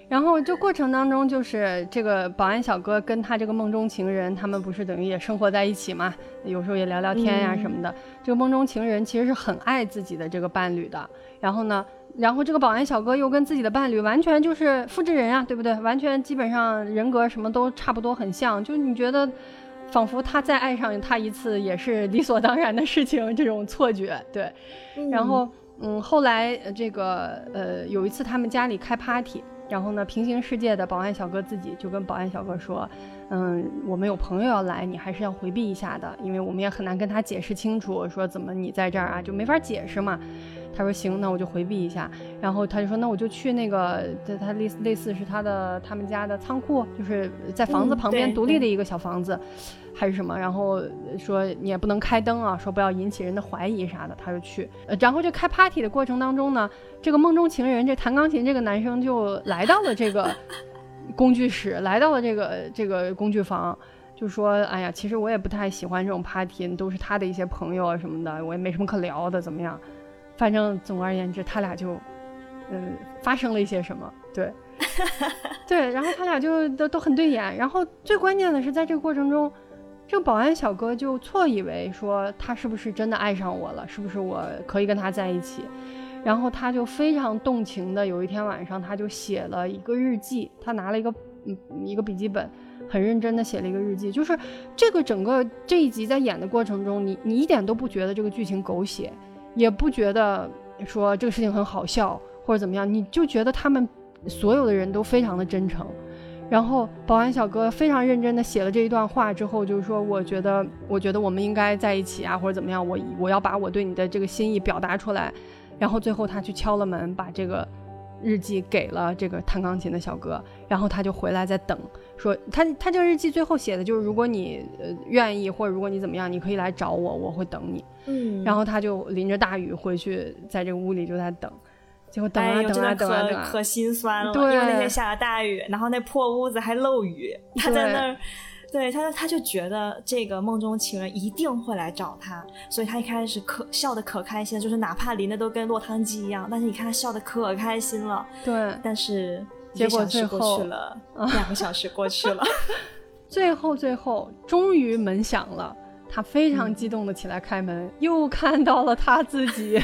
然后这过程当中，就是这个保安小哥跟他这个梦中情人，他们不是等于也生活在一起嘛，有时候也聊聊天呀、啊、什么的、嗯、这个梦中情人其实是很爱自己的这个伴侣的，然后呢然后这个保安小哥又跟自己的伴侣完全就是复制人啊，对不对？完全基本上人格什么都差不多很像，就你觉得仿佛他再爱上他一次也是理所当然的事情，这种错觉。对、嗯、然后嗯，后来这个呃有一次他们家里开 party， 然后呢平行世界的保安小哥自己就跟保安小哥说，嗯，我们有朋友要来，你还是要回避一下的，因为我们也很难跟他解释清楚，说怎么你在这儿啊，就没法解释嘛。他说行，那我就回避一下。然后他就说那我就去那个他类似类似是他的他们家的仓库，就是在房子旁边独立的一个小房子、嗯、还是什么，然后说你也不能开灯啊，说不要引起人的怀疑啥的，他就去。呃，然后就开 party 的过程当中呢，这个梦中情人这弹钢琴这个男生就来到了这个工具室，来到了这个这个工具房，就说哎呀，其实我也不太喜欢这种 party， 都是他的一些朋友啊什么的，我也没什么可聊的，怎么样？反正总而言之，他俩就，嗯、呃，发生了一些什么，对，对，然后他俩就都都很对眼，然后最关键的是，在这个过程中，这个保安小哥就错以为说他是不是真的爱上我了，是不是我可以跟他在一起，然后他就非常动情的，有一天晚上他就写了一个日记，他拿了一个嗯一个笔记本，很认真的写了一个日记，就是这个整个这一集在演的过程中，你你一点都不觉得这个剧情狗血。也不觉得说这个事情很好笑或者怎么样，你就觉得他们所有的人都非常的真诚。然后保安小哥非常认真的写了这一段话之后，就是说我觉得我觉得我们应该在一起啊，或者怎么样，我我要把我对你的这个心意表达出来。然后最后他去敲了门，把这个日记给了这个弹钢琴的小哥，然后他就回来在等，说他他这个日记最后写的就是如果你呃愿意，或者如果你怎么样，你可以来找我，我会等你。嗯，然后他就淋着大雨回去，在这个屋里就在等，结果等啊等啊等啊等啊， 可心酸了。对，因为那天下了大雨，然后那破屋子还漏雨，他在那儿。对他，他就觉得这个梦中情人一定会来找他，所以他一开始可笑得可开心，就是哪怕淋的都跟落汤鸡一样，但是你看他笑得可开心了。 对， 但是结果最后过去了，两个小时过去了， 最后最后终于门响了，他非常激动的起来开门，嗯、又看到了他自己。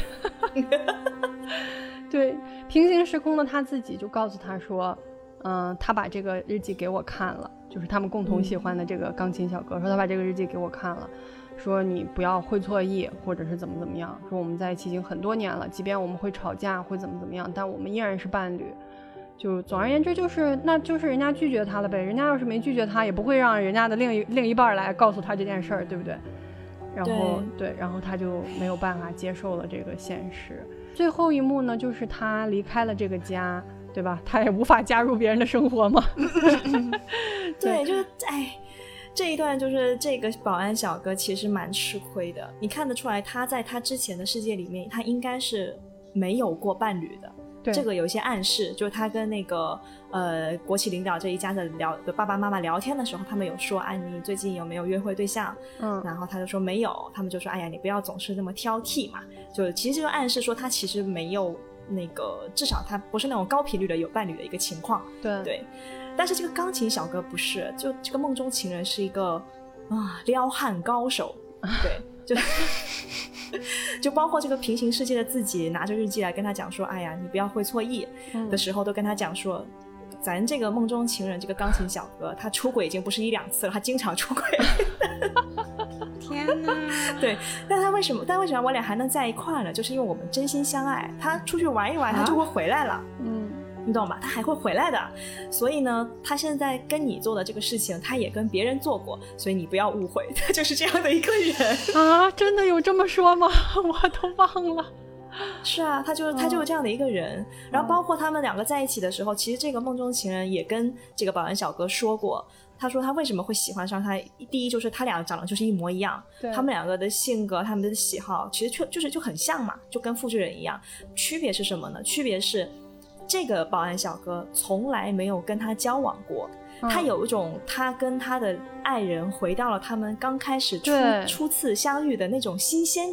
对，平行时空的他自己就告诉他说，嗯、呃，他把这个日记给我看了。就是他们共同喜欢的这个钢琴小哥、嗯、说他把这个日记给我看了，说你不要会错意或者是怎么怎么样，说我们在一起已经很多年了，即便我们会吵架会怎么怎么样，但我们依然是伴侣。就总而言之就是那就是人家拒绝他了呗，人家要是没拒绝他也不会让人家的另一另一半来告诉他这件事儿，对不对？然后 对, 对然后他就没有办法接受了这个现实。最后一幕呢，就是他离开了这个家，对吧？他也无法加入别人的生活嘛。 对，就是哎，这一段就是这个保安小哥其实蛮吃亏的。你看得出来，他在他之前的世界里面，他应该是没有过伴侣的。对，这个有一些暗示，就是他跟那个呃国企领导这一家的聊的爸爸妈妈聊天的时候，他们有说，哎，你最近有没有约会对象？嗯，然后他就说没有，他们就说，哎呀，你不要总是那么挑剔嘛。就其实就暗示说，他其实没有那个，至少他不是那种高频率的有伴侣的一个情况。对对。但是这个钢琴小哥不是，就这个梦中情人是一个啊撩汉高手，对，就就包括这个平行世界的自己拿着日记来跟他讲说，哎呀，你不要会错意的时候，都跟他讲说，咱这个梦中情人这个钢琴小哥，他出轨已经不是一两次了，他经常出轨。 天哪！ 对，但他为什么？但为什么我俩还能在一块呢？就是因为我们真心相爱。他出去玩一玩，他就会回来了。嗯。你懂吧？他还会回来的，所以呢，他现在跟你做的这个事情，他也跟别人做过，所以你不要误会，他就是这样的一个人啊！真的有这么说吗？我都忘了。 是啊，他就他就是这样的一个人。嗯、然后包括他们两个在一起的时候，其实这个梦中情人也跟这个保安小哥说过，他说他为什么会喜欢上他。第一就是他俩长得就是一模一样，他们两个的性格、他们的喜好，其实就是就很像嘛，就跟复制人一样。区别是什么呢？区别是。这个保安小哥从来没有跟他交往过，嗯、他有一种他跟他的爱人回到了他们刚开始初初次相遇的那种新鲜感，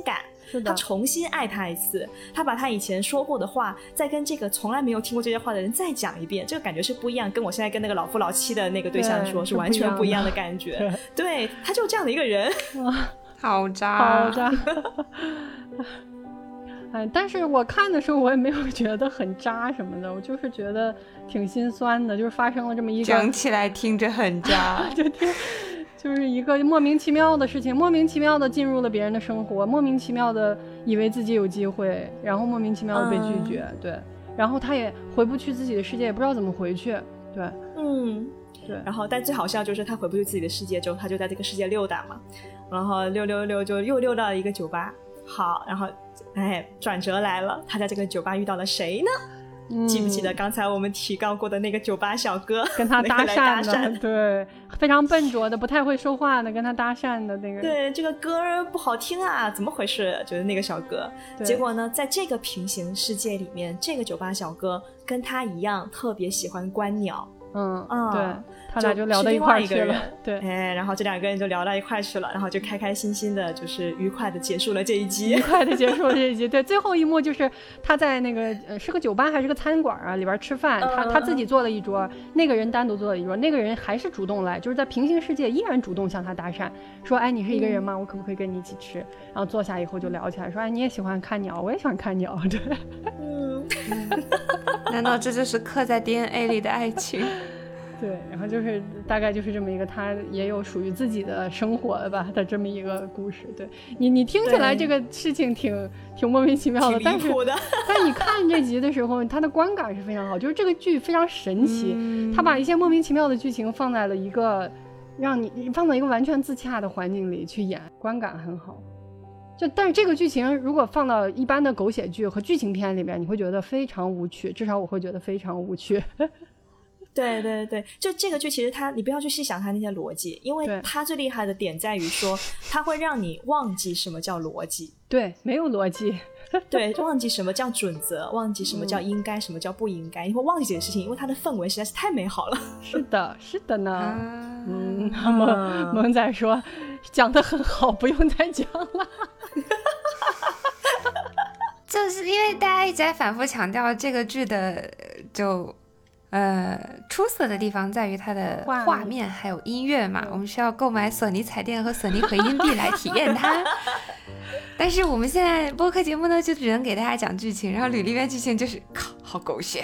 是的， 他重新爱他一次，他把他以前说过的话再跟这个从来没有听过这些话的人再讲一遍，这个感觉是不一样，跟我现在跟那个老夫老妻的那个对象说是完全不一样的感觉。对，他就这样的一个人。 好渣好渣哎，但是我看的时候我也没有觉得很渣什么的，我就是觉得挺心酸的，就是发生了这么一个整起来听着很渣就听就是一个莫名其妙的事情，莫名其妙的进入了别人的生活，莫名其妙的以为自己有机会，然后莫名其妙的被拒绝、嗯、对，然后他也回不去自己的世界，也不知道怎么回去。对， 嗯， 对。 然后但最好笑就是他回不去自己的世界之后，他就在这个世界溜达嘛，然后溜溜溜就又溜到了一个酒吧。好，然后哎，转折来了，他在这个酒吧遇到了谁呢？嗯、记不记得刚才我们提到过的那个酒吧小哥， 跟他搭讪的、那个、对，非常笨拙的，不太会说话的，跟他搭讪的那个。 对，这个歌不好听啊，怎么回事？就是那个小哥。结果呢，在这个平行世界里面，这个酒吧小哥跟他一样，特别喜欢观鸟。 嗯嗯，对，他俩就聊到一块去了。对， 哎，然后这两个人就聊到一块去了，然后就开开心心的，就是愉快的结束了这一集， 愉快的结束了这一集。对，最后一幕就是他在那个呃是个酒吧还是个餐馆啊里边吃饭，他他自己坐了一桌，那个人单独坐了一桌，那个人还是主动来，就是在平行世界依然主动向他搭讪，说哎你是一个人吗？我可不可以跟你一起吃？然后坐下以后就聊起来，说哎你也喜欢看鸟，我也喜欢看鸟。对， 嗯， 难道这就是刻在 D N A 里的爱情？ 对，然后就是大概就是这么一个他也有属于自己的生活吧的这么一个故事。对，你你听起来这个事情挺挺莫名其妙的，但是但你看这集的时候，它的观感是非常好，就是这个剧非常神奇，嗯、他把一些莫名其妙的剧情放在了一个让你放在一个完全自洽的环境里去演，观感很好。就但是这个剧情如果放到一般的狗血剧和剧情片里边，你会觉得非常无趣，至少我会觉得非常无趣。 对对对，就这个剧其实它你不要去细想它那些逻辑，因为它最厉害的点在于说它会让你忘记什么叫逻辑。 对，没有逻辑。 对，忘记什么叫准则，忘记什么叫应该、嗯、什么叫不应该，你会忘记这个事情，因为它的氛围实在是太美好了。 是的是的呢、啊、嗯，萌萌仔说讲得很好，不用再讲了。 就是因为大家一直在反复强调这个剧的就呃，出色的地方在于它的画面还有音乐嘛，我们需要购买索尼彩电和索尼回音壁来体验它。但是我们现在播客节目呢，就只能给大家讲剧情，然后吕丽边剧情就是靠，好狗血。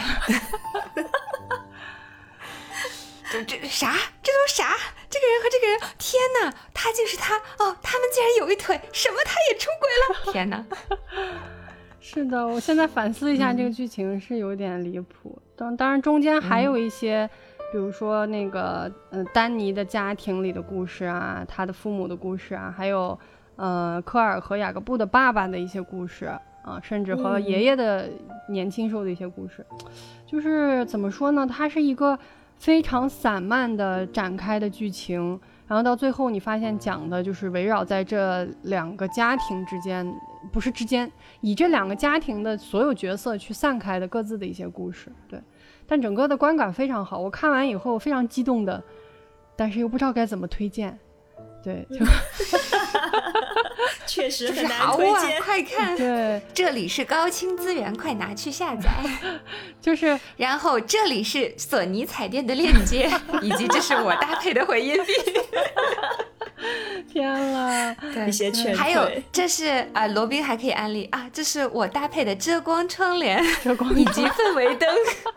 就这啥？这都啥？这个人和这个人，天哪！他竟是他哦，他们竟然有一腿，什么？他也出轨了？天哪！ 是的，我现在反思一下，这个剧情是有点离谱。当、嗯、当然中间还有一些、嗯、比如说那个呃丹尼的家庭里的故事啊，他的父母的故事啊，还有呃科尔和雅各布的爸爸的一些故事啊，甚至和爷爷的年轻时候的一些故事、嗯、就是怎么说呢，它是一个非常散漫的展开的剧情，然后到最后你发现讲的就是围绕在这两个家庭之间，不是之间，以这两个家庭的所有角色去散开的各自的一些故事。对，但整个的观感非常好，我看完以后非常激动的，但是又不知道该怎么推荐。对，就确实很难推荐、 啊、快看， 对， 这里是高清资源，快拿去下载。 就是然后这里是索尼彩电的链接，以及这是我搭配的回音壁。 天了， 一些劝退。 还有这是啊、呃，罗宾还可以安利啊，这是我搭配的遮光窗帘， 遮光以及氛围灯。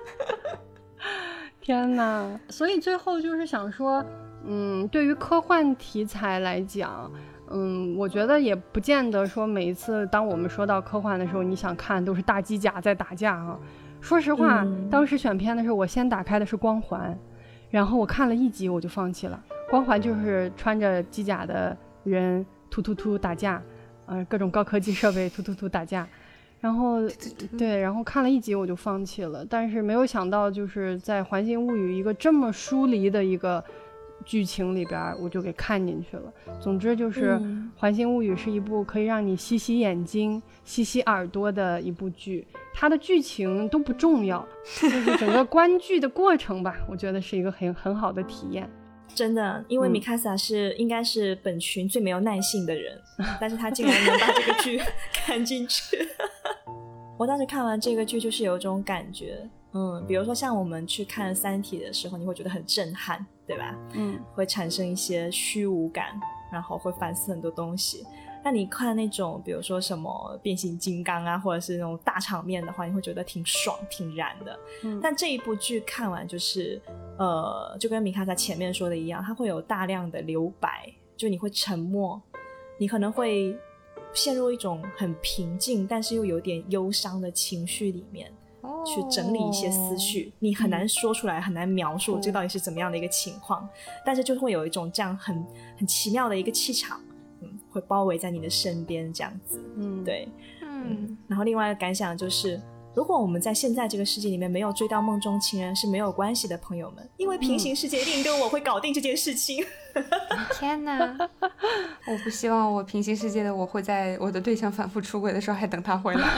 天哪！所以最后就是想说，嗯，对于科幻题材来讲，嗯，我觉得也不见得说每一次当我们说到科幻的时候，你想看都是大机甲在打架啊。说实话、嗯、当时选片的时候，我先打开的是光环，然后我看了一集我就放弃了。光环就是穿着机甲的人突突突打架，呃，各种高科技设备突突突打架，然后对，然后看了一集我就放弃了。但是没有想到就是在《环形物语》一个这么疏离的一个剧情里边，我就给看进去了。总之就是《环形物语》是一部可以让你洗洗眼睛、洗洗耳朵的一部剧，它的剧情都不重要，就是整个观剧的过程吧，我觉得是一个很很好的体验。 真的，因为米卡萨是、嗯、应该是本群最没有耐性的人，但是他竟然能把这个剧看进去。我当时看完这个剧就是有一种感觉，嗯，比如说像我们去看三体的时候，你会觉得很震撼，对吧？嗯，会产生一些虚无感，然后会反思很多东西。那你看那种比如说什么变形金刚啊，或者是那种大场面的话，你会觉得挺爽挺燃的、嗯、但这一部剧看完就是呃，就跟米卡萨前面说的一样，它会有大量的留白，就你会沉默，你可能会陷入一种很平静但是又有点忧伤的情绪里面、哦、去整理一些思绪，你很难说出来、嗯、很难描述这到底是怎么样的一个情况、嗯、但是就会有一种这样很很奇妙的一个气场，嗯，会包围在你的身边这样子，嗯，对，嗯，然后另外一个感想就是，如果我们在现在这个世界里面没有追到梦中情人是没有关系的，朋友们，因为平行世界一定跟我会搞定这件事情。嗯、 天哪，我不希望我平行世界的我会在我的对象反复出轨的时候还等他回来。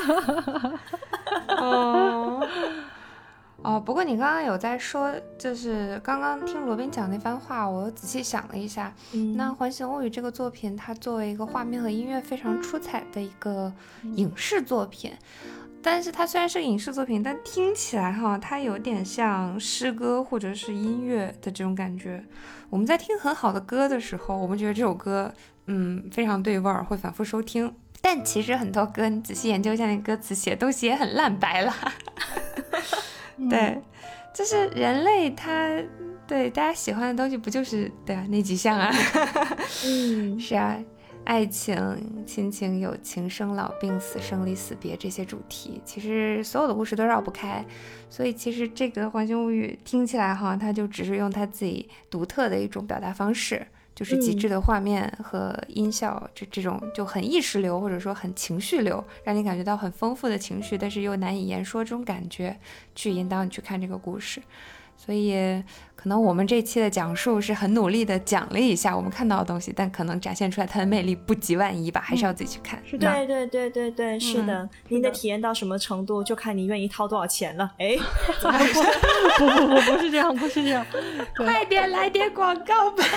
哦。哦，不过你刚刚有在说，就是刚刚听罗宾讲那番话，我仔细想了一下，嗯，那《环形物语》这个作品，它作为一个画面和音乐非常出彩的一个影视作品，但是它虽然是个影视作品，但听起来哈，它有点像诗歌或者是音乐的这种感觉。我们在听很好的歌的时候，我们觉得这首歌，嗯，非常对味儿，会反复收听。但其实很多歌，你仔细研究一下那歌词写，都写很烂白了。对，就是人类他对大家喜欢的东西不就是对啊那几项啊。嗯，是啊，爱情、亲情、友情、生老病死、生离死别这些主题，其实所有的故事都绕不开。所以其实这个《环形物语》听起来哈，它就只是用它自己独特的一种表达方式，就是极致的画面和音效，嗯、这这种就很意识流或者说很情绪流，让你感觉到很丰富的情绪，但是又难以言说这种感觉，去引导你去看这个故事。所以可能我们这期的讲述是很努力的讲了一下我们看到的东西，但可能展现出来它的魅力不及万一吧，还是要自己去看。 是的，对对对对对，是的，嗯、您的体验到什么程度，就看你愿意掏多少钱了。哎， 不不不不不是这样，不是这样， 快点来点广告吧。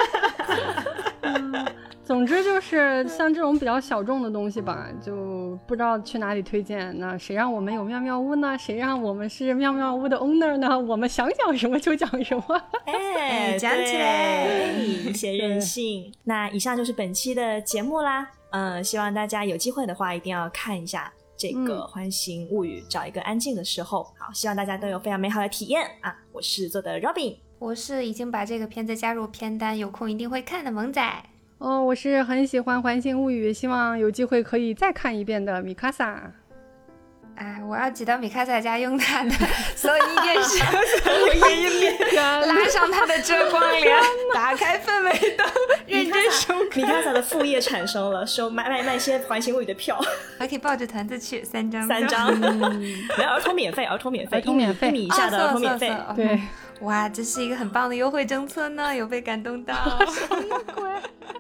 嗯，总之就是像这种比较小众的东西吧，就不知道去哪里推荐。那谁让我们有妙妙屋呢？谁让我们是妙妙屋的 owner 呢？我们想讲什么就讲什么。 哎，讲起来，一些任性。那以上就是本期的节目啦。嗯，希望大家有机会的话，一定要看一下这个《环形物语》，找一个安静的时候。好，希望大家都有非常美好的体验啊！我是做的 Robin。 我是已经把这个片子加入片单，有空一定会看的萌仔。 哦，我是很喜欢《环形物语》，希望有机会可以再看一遍的米卡萨。 哎，我要挤到米卡萨家，用他的索尼电视音乐拉上他的遮光帘，打开氛围灯，认真收看。 米卡萨的副业产生了，收买买卖些《环形物语》的票， 还可以抱着团子去，三张三张，嗯、儿童免费，儿童免费， 儿童免费， 一米以下的儿童免费。 哦、对， 哇，这是一个很棒的优惠政策呢，有被感动到。 什么鬼？